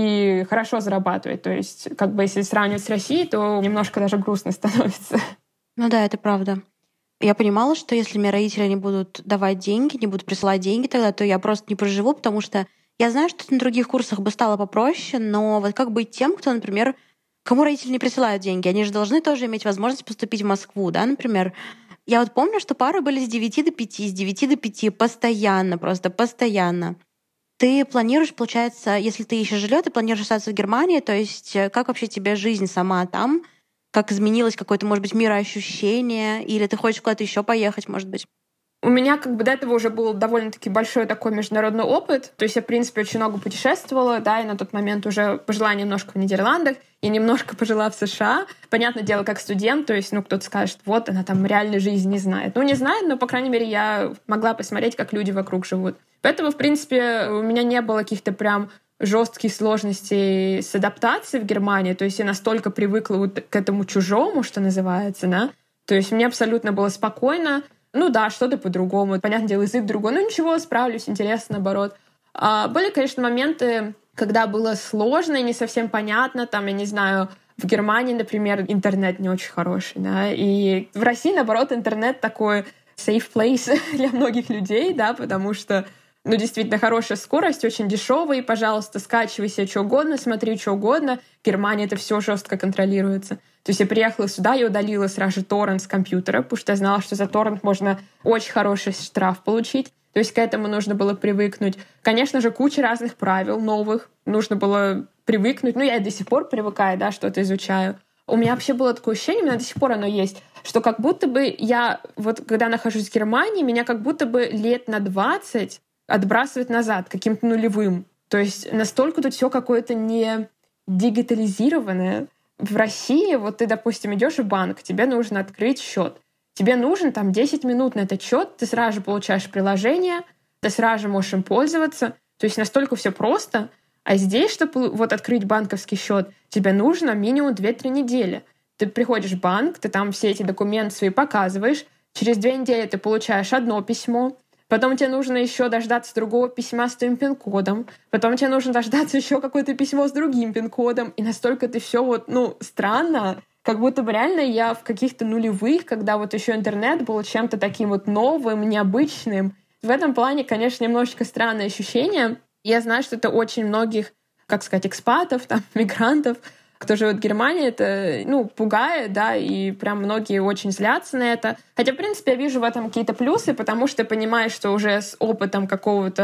и хорошо зарабатывать. То есть, как бы, если сравнивать с Россией, то немножко даже грустно становится. Ну да, это правда. Я понимала, что если мне родители не будут давать деньги, не будут присылать деньги тогда, то я просто не проживу, потому что я знаю, что на других курсах бы стало попроще, но вот как быть тем, кто, например, кому родители не присылают деньги? Они же должны тоже иметь возможность поступить в Москву, да, например. Я вот помню, что пары были с 9 до 5, с 9 до 5 постоянно, просто постоянно. Ты планируешь, получается, если ты ищешь жилье, ты планируешь остаться в Германии, то есть как вообще тебе жизнь сама там? Как изменилось какое-то, может быть, мироощущение? Или ты хочешь куда-то еще поехать, может быть? У меня как бы до этого уже был довольно-таки большой такой международный опыт. То есть я, в принципе, очень много путешествовала, да, и на тот момент уже пожила немножко в Нидерландах и немножко пожила в США. Понятное дело, как студент, то есть, ну, кто-то скажет, вот, она там реальной жизни не знает. Ну, не знает, но, по крайней мере, я могла посмотреть, как люди вокруг живут. Поэтому, в принципе, у меня не было каких-то прям жестких сложностей с адаптацией в Германии. То есть я настолько привыкла вот к этому чужому, что называется, да. То есть мне абсолютно было спокойно. Ну да, что-то по-другому. Понятное дело, язык другой. Ну ничего, справлюсь, интересно, наоборот. Были, конечно, моменты, когда было сложно и не совсем понятно. Там, я не знаю, в Германии, например, интернет не очень хороший, да. И в России, наоборот, интернет такой safe place для многих людей, да, потому что ну, действительно, хорошая скорость, очень дешевая, и, пожалуйста, скачивай себе что угодно, смотри что угодно. В Германии это все жестко контролируется. То есть я приехала сюда, я удалила сразу же торрент с компьютера, потому что я знала, что за торрент можно очень хороший штраф получить. То есть к этому нужно было привыкнуть. Конечно же, куча разных правил новых. Нужно было привыкнуть. Ну, я и до сих пор привыкаю, да, что-то изучаю. У меня вообще было такое ощущение, у меня до сих пор оно есть, что как будто бы я, вот когда нахожусь в Германии, меня как будто бы лет на 20 отбрасывать назад, каким-то нулевым. То есть настолько тут все какое-то не дигитализированное. В России вот ты, допустим, идешь в банк, тебе нужно открыть счет. Тебе нужен там 10 минут на этот счет, ты сразу же получаешь приложение, ты сразу же можешь им пользоваться. То есть настолько все просто. А здесь, чтобы вот открыть банковский счет, тебе нужно минимум 2-3 недели. Ты приходишь в банк, ты там все эти документы свои показываешь, через 2 недели ты получаешь одно письмо, потом тебе нужно еще дождаться другого письма с твоим пин-кодом. Потом тебе нужно дождаться еще какое-то письмо с другим пин-кодом. И настолько это все вот, ну, странно. Как будто бы реально я в каких-то нулевых, когда вот еще интернет был чем-то таким вот новым, необычным. В этом плане, конечно, немножечко странное ощущение. Я знаю, что это очень многих, как сказать, экспатов, там, мигрантов, кто живет в Германии, это, ну, пугает, да, и прям многие очень злятся на это. Хотя, в принципе, я вижу в этом какие-то плюсы, потому что понимаешь, что уже с опытом какого-то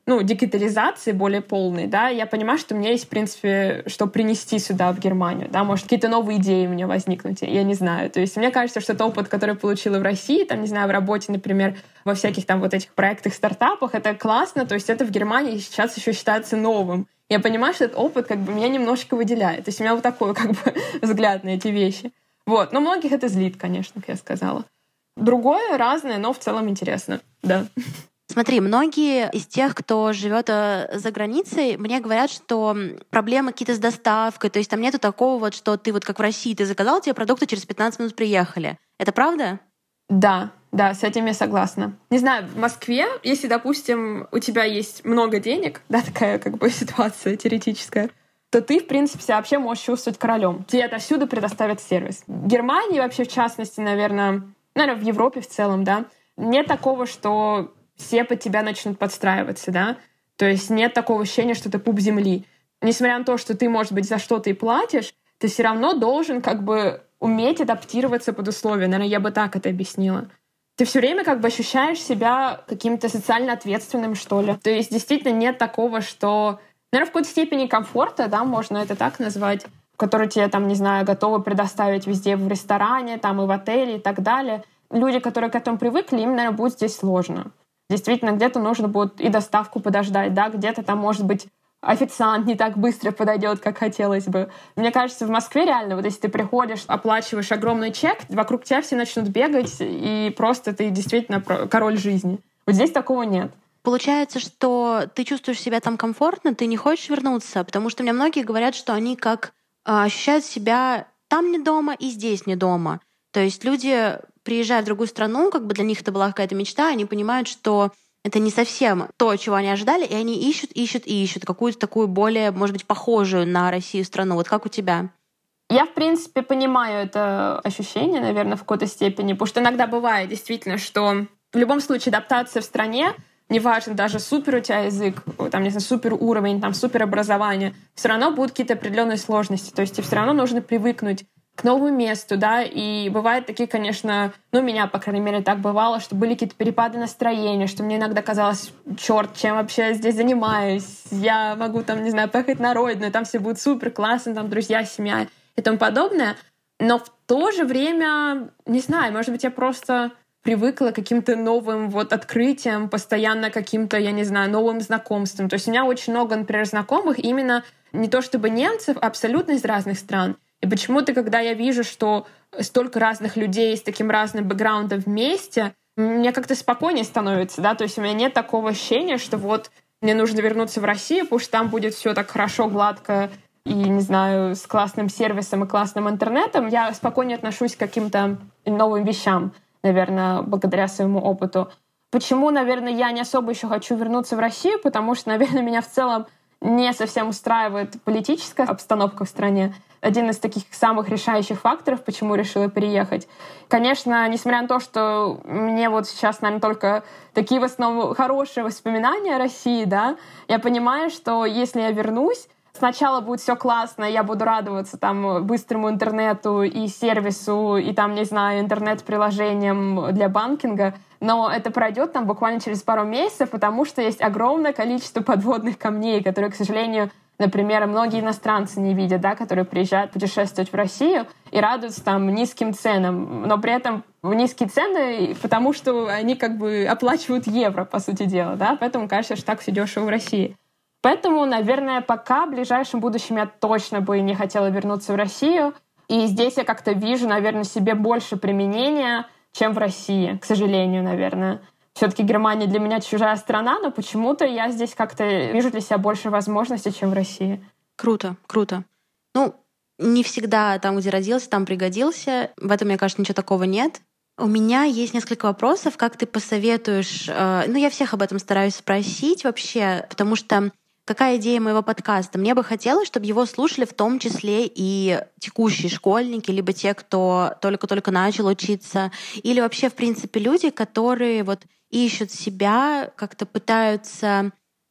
дигитализации более полной, да, я понимаю, что у меня есть, в принципе, что принести сюда, в Германию, да, может, какие-то новые идеи у меня возникнут, я не знаю. То есть мне кажется, что тот опыт, который я получила в России, там, не знаю, в работе, например, во всяких там вот этих проектах, стартапах, это классно, то есть это в Германии сейчас еще считается новым. Я понимаю, что этот опыт как бы меня немножко выделяет. То есть у меня вот такой как бы взгляд на эти вещи. Вот. Но многих это злит, конечно, как я сказала. Другое, разное, но в целом интересно, да. Смотри, многие из тех, кто живет за границей, мне говорят, что проблемы какие-то с доставкой, то есть там нету такого вот, что ты вот как в России, ты заказал, тебе продукты через 15 минут приехали. Это правда? Да, с этим я согласна. Не знаю, в Москве, если, допустим, у тебя есть много денег, да, такая как бы ситуация теоретическая, то ты, в принципе, себя вообще можешь чувствовать королем. Тебе отовсюду предоставят сервис. В Германии вообще, в частности, наверное, в Европе в целом, да, нет такого, что все под тебя начнут подстраиваться, да. То есть нет такого ощущения, что ты пуп земли. Несмотря на то, что ты, может быть, за что-то и платишь, ты все равно должен как бы уметь адаптироваться под условия. Наверное, я бы так это объяснила. Ты все время как бы ощущаешь себя каким-то социально ответственным, что ли. То есть действительно нет такого, что... Наверное, в какой-то степени комфорта, да, можно это так назвать, который тебе, там, не знаю, готовы предоставить везде в ресторане, там, и в отеле, и так далее. Люди, которые к этому привыкли, им, наверное, будет здесь сложно. Действительно, где-то нужно будет и доставку подождать, да, где-то там, может быть, официант не так быстро подойдет, как хотелось бы. Мне кажется, в Москве реально, вот если ты приходишь, оплачиваешь огромный чек, вокруг тебя все начнут бегать, и просто ты действительно король жизни. Вот здесь такого нет. Получается, что ты чувствуешь себя там комфортно, ты не хочешь вернуться, потому что мне многие говорят, что они как ощущают себя там не дома и здесь не дома. То есть люди, приезжая в другую страну, как бы для них это была какая-то мечта, они понимают, что это не совсем то, чего они ожидали, и они ищут какую-то такую более, может быть, похожую на Россию страну. Вот как у тебя? Я, в принципе, понимаю это ощущение, наверное, в какой-то степени, потому что иногда бывает действительно, что в любом случае адаптация в стране, неважно, даже супер у тебя язык, там, не знаю, супер уровень, там, супер образование, все равно будут какие-то определенные сложности. То есть тебе все равно нужно привыкнуть к новому месту, да, и бывают такие, конечно, у меня, по крайней мере, так бывало, что были какие-то перепады настроения, что мне иногда казалось, черт, чем вообще я здесь занимаюсь, я могу там, не знаю, поехать на родину, и там все будет супер классно, там друзья, семья и тому подобное, но в то же время, не знаю, может быть, я просто привыкла к каким-то новым вот открытиям, постоянно каким-то, я не знаю, новым знакомствам. То есть у меня очень много, например, знакомых именно не то чтобы немцев, а абсолютно из разных стран. И почему-то, когда я вижу, что столько разных людей с таким разным бэкграундом вместе, мне как-то спокойнее становится, да, то есть у меня нет такого ощущения, что вот мне нужно вернуться в Россию, потому что там будет все так хорошо, гладко и, не знаю, с классным сервисом и классным интернетом. Я спокойнее отношусь к каким-то новым вещам, наверное, благодаря своему опыту. Почему, наверное, я не особо еще хочу вернуться в Россию, потому что, наверное, меня в целом не совсем устраивает политическая обстановка в стране. Один из таких самых решающих факторов, почему решила переехать. Конечно, несмотря на то, что мне вот сейчас, наверное, только такие в основном хорошие воспоминания о России, да, я понимаю, что если я вернусь, сначала будет все классно, я буду радоваться там быстрому интернету и сервису, и там, не знаю, интернет-приложениям для банкинга, но это пройдет там буквально через пару месяцев, потому что есть огромное количество подводных камней, которые, к сожалению, например, многие иностранцы не видят, да, которые приезжают путешествовать в Россию и радуются там низким ценам, но при этом низкие цены, потому что они как бы оплачивают евро, по сути дела, да, поэтому кажется, что так все дешево в России. Поэтому, наверное, пока в ближайшем будущем я точно бы не хотела вернуться в Россию, и здесь я как-то вижу, наверное, себе больше применения, чем в России, к сожалению, наверное. Все-таки Германия для меня чужая страна, но почему-то я здесь как-то вижу для себя больше возможностей, чем в России. Круто, круто. Ну, не всегда там, где родился, там пригодился. В этом, мне кажется, ничего такого нет. У меня есть несколько вопросов. Как ты посоветуешь... я всех об этом стараюсь спросить вообще, потому что какая идея моего подкаста? Мне бы хотелось, чтобы его слушали в том числе и текущие школьники, либо те, кто только-только начал учиться, или вообще, в принципе, люди, которые вот ищут себя, как-то пытаются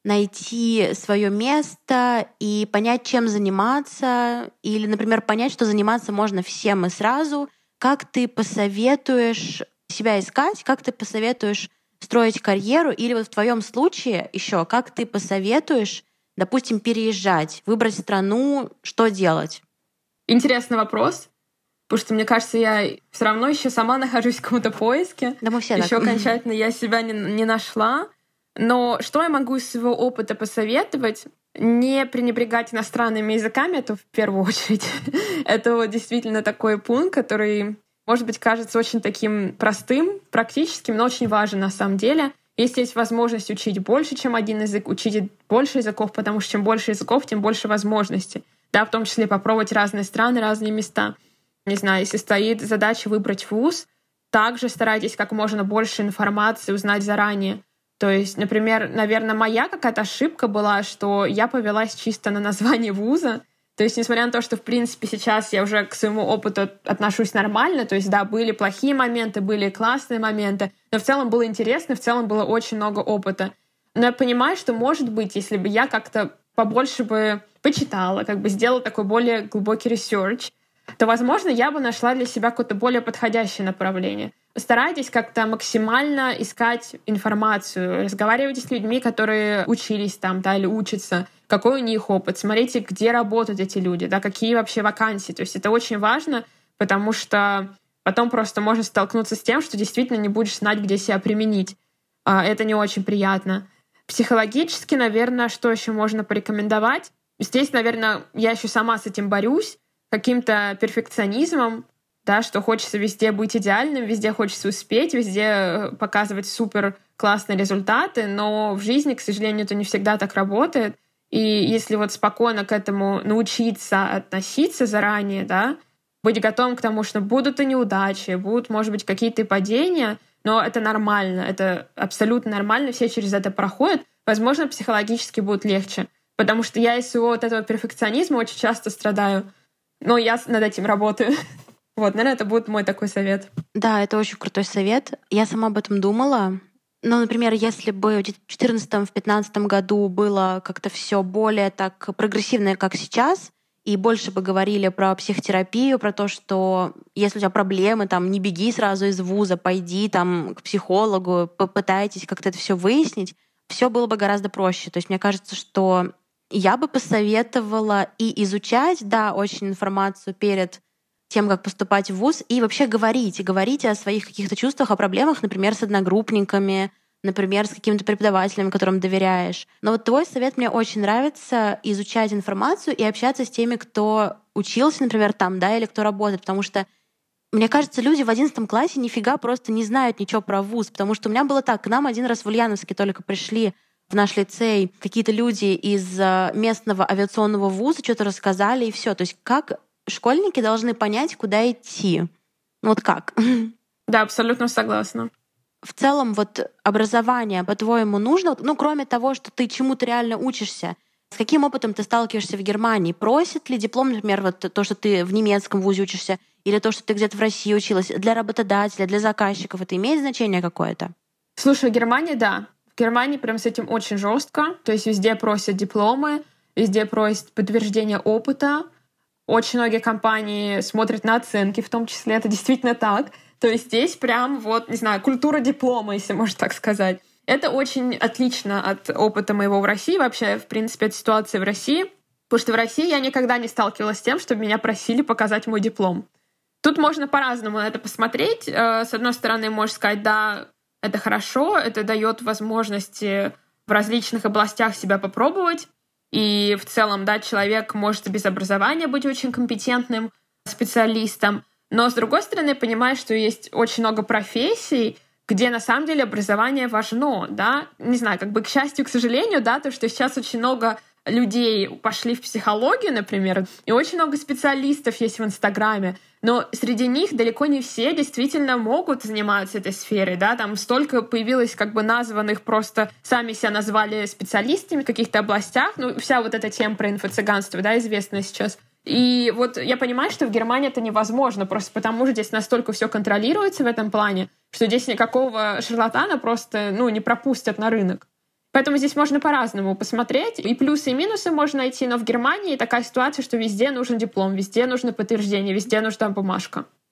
найти свое место и понять, чем заниматься, или, например, понять, что заниматься можно всем и сразу. Как ты посоветуешь себя искать, как ты посоветуешь с строить карьеру? Или вот в твоем случае еще как ты посоветуешь, допустим, переезжать, выбрать страну, что делать? Интересный вопрос. Потому что, мне кажется, я все равно еще сама нахожусь в каком-то поиске. Да мы все Еще так. окончательно я себя не нашла. Но что я могу из своего опыта посоветовать? Не пренебрегать иностранными языками, это в первую очередь. Это вот действительно такой пункт, который, может быть, кажется очень таким простым, практическим, но очень важен на самом деле. Если есть возможность учить больше, чем один язык, учите больше языков, потому что чем больше языков, тем больше возможностей. Да, в том числе попробовать разные страны, разные места. Не знаю, если стоит задача выбрать вуз, также старайтесь как можно больше информации узнать заранее. То есть, например, наверное, моя какая-то ошибка была, что я повелась чисто на название вуза. То есть, несмотря на то, что, в принципе, сейчас я уже к своему опыту отношусь нормально, то есть, да, были плохие моменты, были классные моменты, но в целом было интересно, в целом было очень много опыта. Но я понимаю, что, может быть, если бы я как-то побольше бы почитала, как бы сделала такой более глубокий ресерч, то, возможно, я бы нашла для себя какое-то более подходящее направление. Старайтесь как-то максимально искать информацию, разговаривайте с людьми, которые учились там, да, или учатся, какой у них опыт, смотрите, где работают эти люди, да, какие вообще вакансии. То есть это очень важно, потому что потом просто можно столкнуться с тем, что действительно не будешь знать, где себя применить. Это не очень приятно. Психологически, наверное, что еще можно порекомендовать? Здесь, наверное, я еще сама с этим борюсь, каким-то перфекционизмом, да, что хочется везде быть идеальным, везде хочется успеть, везде показывать супер классные результаты, но в жизни, к сожалению, это не всегда так работает. И если вот спокойно к этому научиться относиться заранее, да, быть готовым к тому, что будут и неудачи, будут, может быть, какие-то и падения, но это нормально, это абсолютно нормально, все через это проходят. Возможно, психологически будет легче, потому что я из своего вот этого перфекционизма очень часто страдаю. Но я над этим работаю. Вот, наверное, это будет мой такой совет. Да, это очень крутой совет. Я сама об этом думала. Ну, например, если бы в 2014-2015 году было как-то все более так прогрессивно, как сейчас, и больше бы говорили про психотерапию, про то, что если у тебя проблемы, там, не беги сразу из вуза, пойди там к психологу, попытайтесь как-то это все выяснить, все было бы гораздо проще. То есть мне кажется, что я бы посоветовала и изучать, да, очень информацию перед тем, как поступать в вуз, и вообще говорить о своих каких-то чувствах, о проблемах, например, с одногруппниками, например, с каким-то преподавателем, которым доверяешь. Но вот твой совет мне очень нравится — изучать информацию и общаться с теми, кто учился, например, там, да, или кто работает, потому что мне кажется, люди в 11 классе нифига просто не знают ничего про вуз, потому что у меня было так, к нам один раз в Ульяновске только пришли в наш лицей какие-то люди из местного авиационного вуза, что-то рассказали, и все. То есть как школьники должны понять, куда идти? Ну вот как? Да, абсолютно согласна. В целом, вот образование, по-твоему, нужно, ну, кроме того, что ты чему-то реально учишься, с каким опытом ты сталкиваешься в Германии? Просит ли диплом, например, вот то, что ты в немецком вузе учишься, или то, что ты где-то в России училась, для работодателя, для заказчиков, это имеет значение какое-то? Слушай, в Германии, да. В Германии прям с этим очень жестко. То есть везде просят дипломы, везде просят подтверждение опыта. Очень многие компании смотрят на оценки, в том числе. Это действительно так. То есть здесь прям вот, не знаю, культура диплома, если можно так сказать. Это очень отлично от опыта моего в России, вообще, в принципе, от ситуации в России. Потому что в России я никогда не сталкивалась с тем, чтобы меня просили показать мой диплом. Тут можно по-разному на это посмотреть. С одной стороны, можно сказать, да, это хорошо, это дает возможности в различных областях себя попробовать. И в целом, да, человек может без образования быть очень компетентным специалистом. Но, с другой стороны, понимаю, что есть очень много профессий, где на самом деле образование важно, да. Не знаю, как бы к счастью, к сожалению, да, то, что сейчас очень много людей пошли в психологию, например, и очень много специалистов есть в Инстаграме, но среди них далеко не все действительно могут заниматься этой сферой, да, там столько появилось как бы названных, просто сами себя назвали специалистами в каких-то областях, ну, вся вот эта тема про инфо-цыганство, да, известная сейчас. И вот я понимаю, что в Германии это невозможно, просто потому что здесь настолько все контролируется в этом плане, что здесь никакого шарлатана просто, ну, не пропустят на рынок. Поэтому здесь можно по-разному посмотреть. И плюсы, и минусы можно найти. Но в Германии такая ситуация, что везде нужен диплом, везде нужно подтверждение, везде нужна бумажка.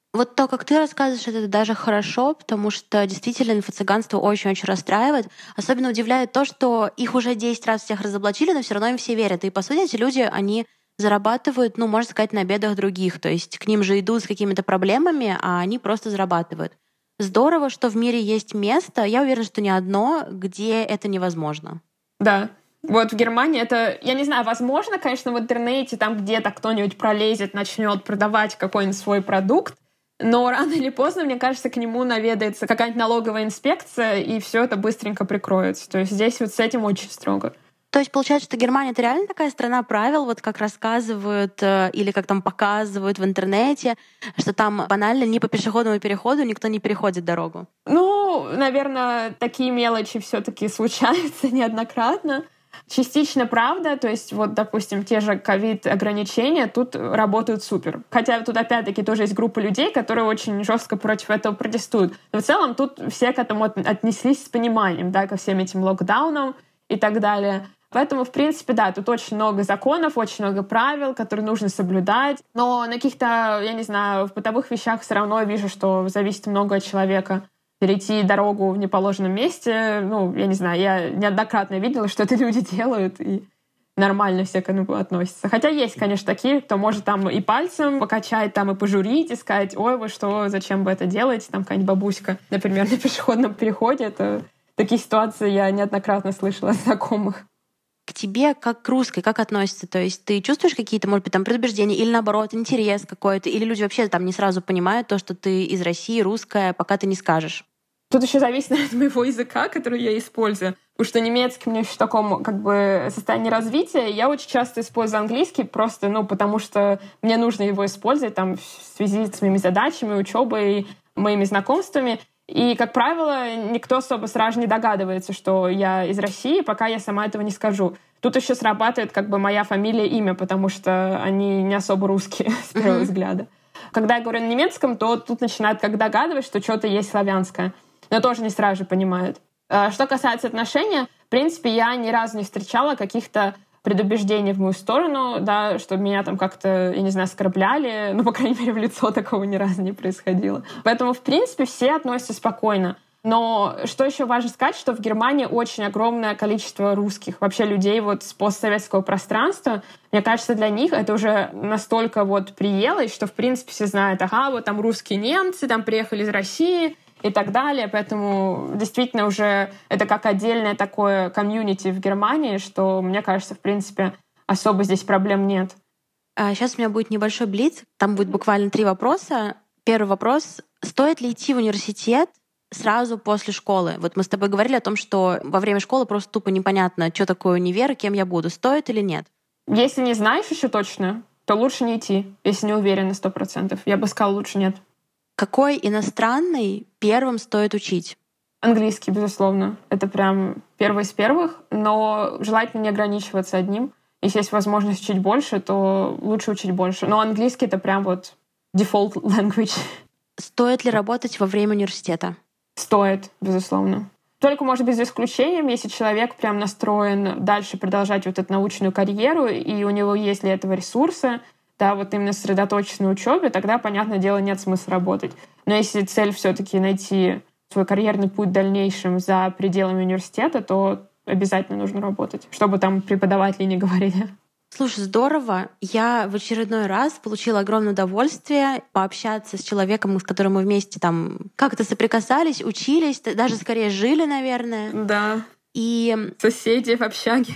Вот то, как ты рассказываешь, это даже хорошо, потому что действительно инфо-цыганство очень-очень расстраивает. Особенно удивляет то, что их уже 10 раз всех разоблачили, но все равно им все верят. И, по сути, эти люди, они зарабатывают, ну, можно сказать, на бедах других. То есть к ним же идут с какими-то проблемами, а они просто зарабатывают. Здорово, что в мире есть место, я уверена, что не одно, где это невозможно. Да. Вот в Германии это, я не знаю, возможно, конечно, в интернете там где-то кто-нибудь пролезет, начнет продавать какой-нибудь свой продукт, но рано или поздно, мне кажется, к нему наведается какая-нибудь налоговая инспекция, и все это быстренько прикроется. То есть здесь вот с этим очень строго. То есть получается, что Германия — это реально такая страна правил, вот как рассказывают или как там показывают в интернете, что там банально ни по пешеходному переходу никто не переходит дорогу? Ну, наверное, такие мелочи все-таки случаются неоднократно. Частично правда, то есть вот, допустим, те же ковид-ограничения тут работают супер. Хотя тут опять-таки тоже есть группа людей, которые очень жестко против этого протестуют. Но в целом тут все к этому отнеслись с пониманием, да, ко всем этим локдаунам и так далее. Поэтому, в принципе, да, тут очень много законов, очень много правил, которые нужно соблюдать. Но на каких-то, я не знаю, в бытовых вещах все равно я вижу, что зависит много от человека. Перейти дорогу в неположенном месте, ну, я не знаю, я неоднократно видела, что это люди делают, и нормально все к этому относятся. Хотя есть, конечно, такие, кто может там и пальцем покачать, там и пожурить, и сказать: ой, вы что, зачем вы это делаете? Там какая-нибудь бабуська, например, на пешеходном переходе. Это такие ситуации я неоднократно слышала от знакомых. К тебе, как к русской, как относятся? То есть ты чувствуешь какие-то, может быть, там предубеждения или, наоборот, интерес какой-то? Или люди вообще там не сразу понимают то, что ты из России, русская, пока ты не скажешь? Тут еще зависит от моего языка, который я использую. Потому что немецкий у меня еще в таком как бы состоянии развития. Я очень часто использую английский просто, ну, потому что мне нужно его использовать там в связи с моими задачами, учебой, моими знакомствами. И, как правило, никто особо сразу не догадывается, что я из России, пока я сама этого не скажу. Тут еще срабатывает как бы моя фамилия, имя, потому что они не особо русские с первого взгляда. Когда я говорю на немецком, то тут начинают как догадывать, что что-то есть славянское. Но тоже не сразу же понимают. Что касается отношений, в принципе, я ни разу не встречала каких-то предубеждений в мою сторону, да, что меня там как-то, я не знаю, оскорбляли. Ну, по крайней мере, в лицо такого ни разу не происходило. Поэтому, в принципе, все относятся спокойно. Но что еще важно сказать, что в Германии очень огромное количество русских, вообще людей вот с постсоветского пространства. Мне кажется, для них это уже настолько вот приелось, что, в принципе, все знают: ага, вот там русские немцы, там приехали из России и так далее. Поэтому действительно уже это как отдельное такое комьюнити в Германии, что, мне кажется, в принципе, особо здесь проблем нет. Сейчас у меня будет небольшой блиц. Там будет буквально 3 вопроса. Первый вопрос. Стоит ли идти в университет сразу после школы? Вот мы с тобой говорили о том, что во время школы просто тупо непонятно, что такое универ, кем я буду, стоит или нет. Если не знаешь еще точно, то лучше не идти, если не уверен на 100%. Я бы сказала, лучше нет. Какой иностранный первым стоит учить? Английский, безусловно. Это прям первый из первых, но желательно не ограничиваться одним. Если есть возможность учить больше, то лучше учить больше. Но английский — это прям вот default language. Стоит ли работать во время университета? Стоит, безусловно. Только, может быть, за исключением, если человек прям настроен дальше продолжать вот эту научную карьеру, и у него есть для этого ресурсы, да, вот именно сосредоточиться на учебе, тогда, понятное дело, нет смысла работать. Но если цель все-таки найти свой карьерный путь в дальнейшем за пределами университета, то обязательно нужно работать, чтобы там преподаватели не говорили. Слушай, здорово. Я в очередной раз получила огромное удовольствие пообщаться с человеком, с которым мы вместе там как-то соприкасались, учились, даже скорее жили, наверное. Да. И соседи в общаге.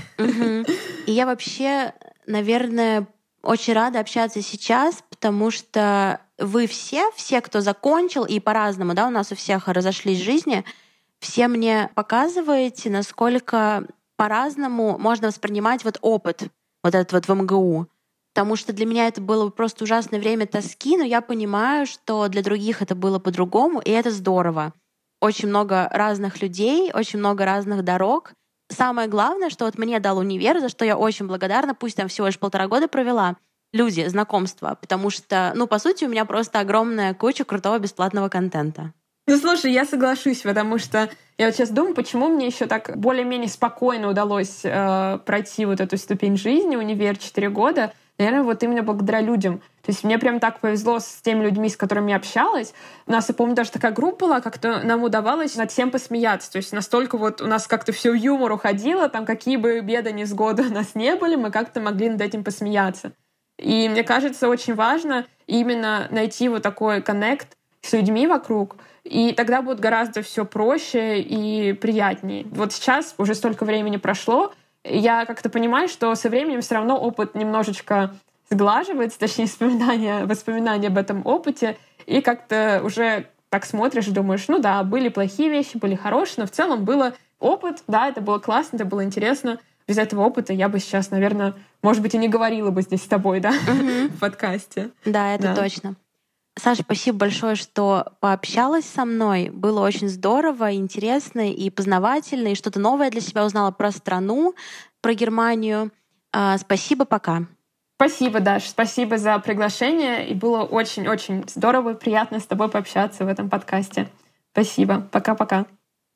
И я вообще, наверное, очень рада общаться сейчас, потому что вы все, кто закончил, и по-разному, да, у нас у всех разошлись жизни, все мне показываете, насколько по-разному можно воспринимать вот опыт вот этот вот в МГУ. Потому что для меня это было просто ужасное время тоски, но я понимаю, что для других это было по-другому, и это здорово. Очень много разных людей, очень много разных дорог. Самое главное, что вот мне дал универ, за что я очень благодарна, пусть там всего лишь 1,5 года провела, люди, знакомства, потому что, ну, по сути, у меня просто огромная куча крутого бесплатного контента. Ну, слушай, я соглашусь, потому что я вот сейчас думаю, почему мне еще так более-менее спокойно удалось пройти вот эту ступень жизни, универ 4 года. наверное, вот именно благодаря людям. То есть мне прям так повезло с теми людьми, с которыми я общалась. У нас, я помню, даже такая группа была, как-то нам удавалось над всем посмеяться. То есть настолько вот у нас как-то все в юмор уходило, там какие бы беды, невзгоды у нас не были, мы как-то могли над этим посмеяться. И мне кажется, очень важно именно найти вот такой коннект с людьми вокруг, и тогда будет гораздо все проще и приятнее. Вот сейчас уже столько времени прошло, я как-то понимаю, что со временем все равно опыт немножечко сглаживается, точнее, воспоминания об этом опыте, и как-то уже так смотришь и думаешь, ну да, были плохие вещи, были хорошие, но в целом было опыт, да, это было классно, это было интересно. Без этого опыта я бы сейчас, наверное, может быть, и не говорила бы здесь с тобой, да, в подкасте. Да, это точно. Саша, спасибо большое, что пообщалась со мной. Было очень здорово, интересно и познавательно, и что-то новое для себя узнала про страну, про Германию. Спасибо, пока. Спасибо, Даш, спасибо за приглашение. И было очень-очень здорово и приятно с тобой пообщаться в этом подкасте. Спасибо. Пока-пока.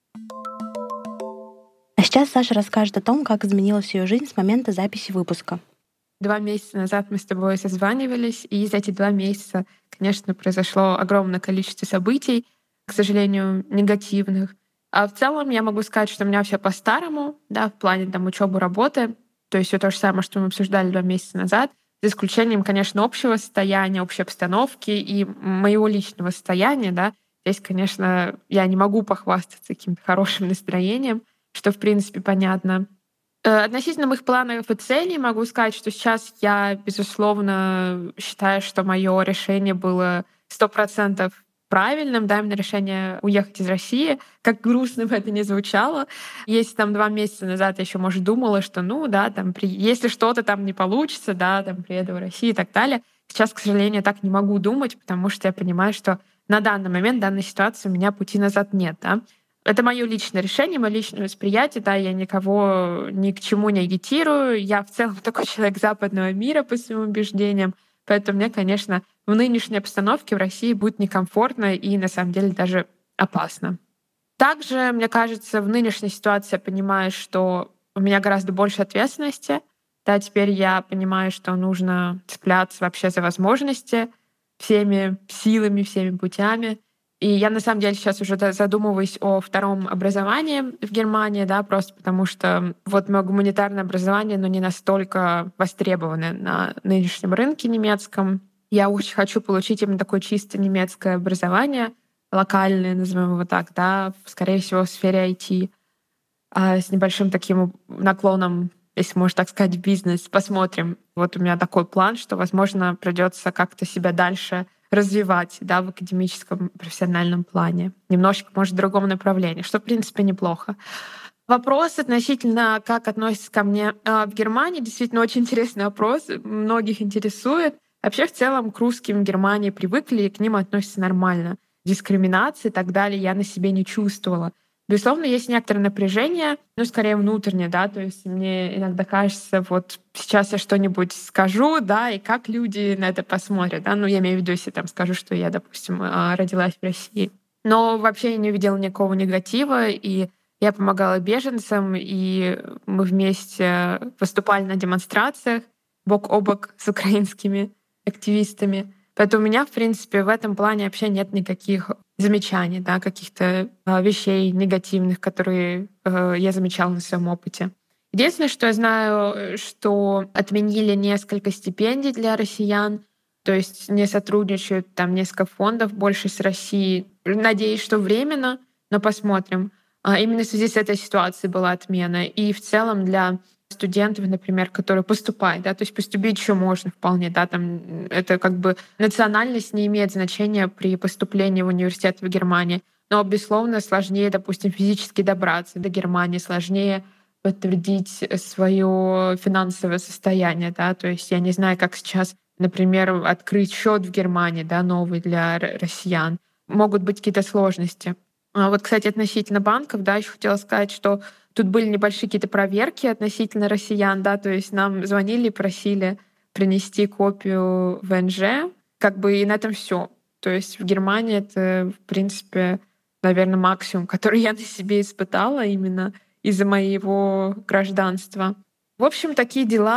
А сейчас Саша расскажет о том, как изменилась ее жизнь с момента записи выпуска. 2 месяца назад мы с тобой созванивались, и за эти 2 месяца, конечно, произошло огромное количество событий, к сожалению, негативных. А в целом я могу сказать, что у меня все по-старому, да, в плане там учебы, работы. То есть все то же самое, что мы обсуждали 2 месяца назад, за исключением, конечно, общего состояния, общей обстановки и моего личного состояния, да. Здесь, конечно, я не могу похвастаться каким-то хорошим настроением, что, в принципе, понятно. Относительно моих планов и целей могу сказать, что сейчас я, безусловно, считаю, что мое решение было 100% правильным, да, именно решение уехать из России, как грустно бы это ни звучало. Если там 2 месяца назад я еще, может, думала, что, ну, да, там, если что-то там не получится, да, там, приеду в Россию и так далее. Сейчас, к сожалению, так не могу думать, потому что я понимаю, что на данный момент, в данной ситуации у меня пути назад нет, да. Это мое личное решение, мое личное восприятие, да, я никого ни к чему не агитирую. Я в целом такой человек западного мира по своим убеждениям. Поэтому мне, конечно, в нынешней обстановке в России будет некомфортно и, на самом деле, даже опасно. Также, мне кажется, в нынешней ситуации я понимаю, что у меня гораздо больше ответственности. Да, теперь я понимаю, что нужно цепляться вообще за возможности всеми силами, всеми путями. И я, на самом деле, сейчас уже задумываюсь о втором образовании в Германии, да, просто потому что вот мое гуманитарное образование, но не настолько востребовано на нынешнем рынке немецком. Я очень хочу получить именно такое чисто немецкое образование, локальное, назовем его так, да, скорее всего, в сфере IT, с небольшим таким наклоном, если можно так сказать, в бизнес. Посмотрим. Вот у меня такой план, что, возможно, придется как-то себя дальше развивать, да, в академическом профессиональном плане. Немножечко, может, в другом направлении, что, в принципе, неплохо. Вопрос относительно, как относятся ко мне в Германии, действительно очень интересный вопрос, многих интересует. Вообще, в целом, к русским в Германии привыкли, и к ним относятся нормально. Дискриминации и так далее я на себе не чувствовала. Безусловно, есть некоторое напряжение, ну, скорее внутреннее, да, то есть мне иногда кажется, вот сейчас я что-нибудь скажу, да, и как люди на это посмотрят, да, ну, я имею в виду, если там скажу, что я, допустим, родилась в России. Но вообще я не увидела никакого негатива, и я помогала беженцам, и мы вместе выступали на демонстрациях бок о бок с украинскими активистами. Поэтому у меня, в принципе, в этом плане вообще нет никаких замечаний, да, каких-то вещей негативных, которые я замечала на своем опыте. Единственное, что я знаю, что отменили несколько стипендий для россиян, то есть не сотрудничают там несколько фондов больше с Россией. Надеюсь, что временно, но посмотрим. Именно в связи с этой ситуацией была отмена. И в целом для студентов, например, которые поступают, да, то есть поступить еще можно вполне, да, там это как бы национальность не имеет значения при поступлении в университет в Германии, но, безусловно, сложнее, допустим, физически добраться до Германии, сложнее подтвердить свое финансовое состояние, да, то есть я не знаю, как сейчас, например, открыть счет в Германии, да, новый для россиян. Могут быть какие-то сложности. Вот, кстати, относительно банков, да, еще хотела сказать, что тут были небольшие какие-то проверки относительно россиян, да, то есть нам звонили, просили принести копию ВНЖ, как бы и на этом все. То есть в Германии это, в принципе, наверное, максимум, который я на себе испытала именно из-за моего гражданства. В общем, такие дела.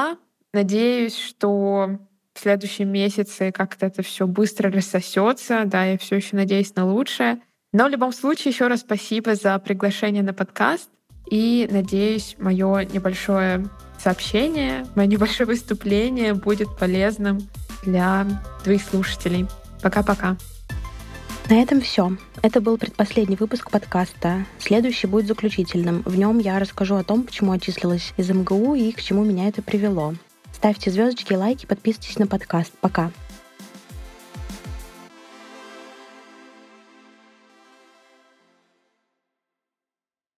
Надеюсь, что в следующем месяце как-то это все быстро рассосется. Да, я все еще надеюсь на лучшее. Но в любом случае, еще раз спасибо за приглашение на подкаст. И надеюсь, мое небольшое сообщение, мое небольшое выступление будет полезным для твоих слушателей. Пока-пока. На этом все. Это был предпоследний выпуск подкаста. Следующий будет заключительным. В нем я расскажу о том, почему отчислилась из МГУ и к чему меня это привело. Ставьте звездочки, лайки, подписывайтесь на подкаст. Пока.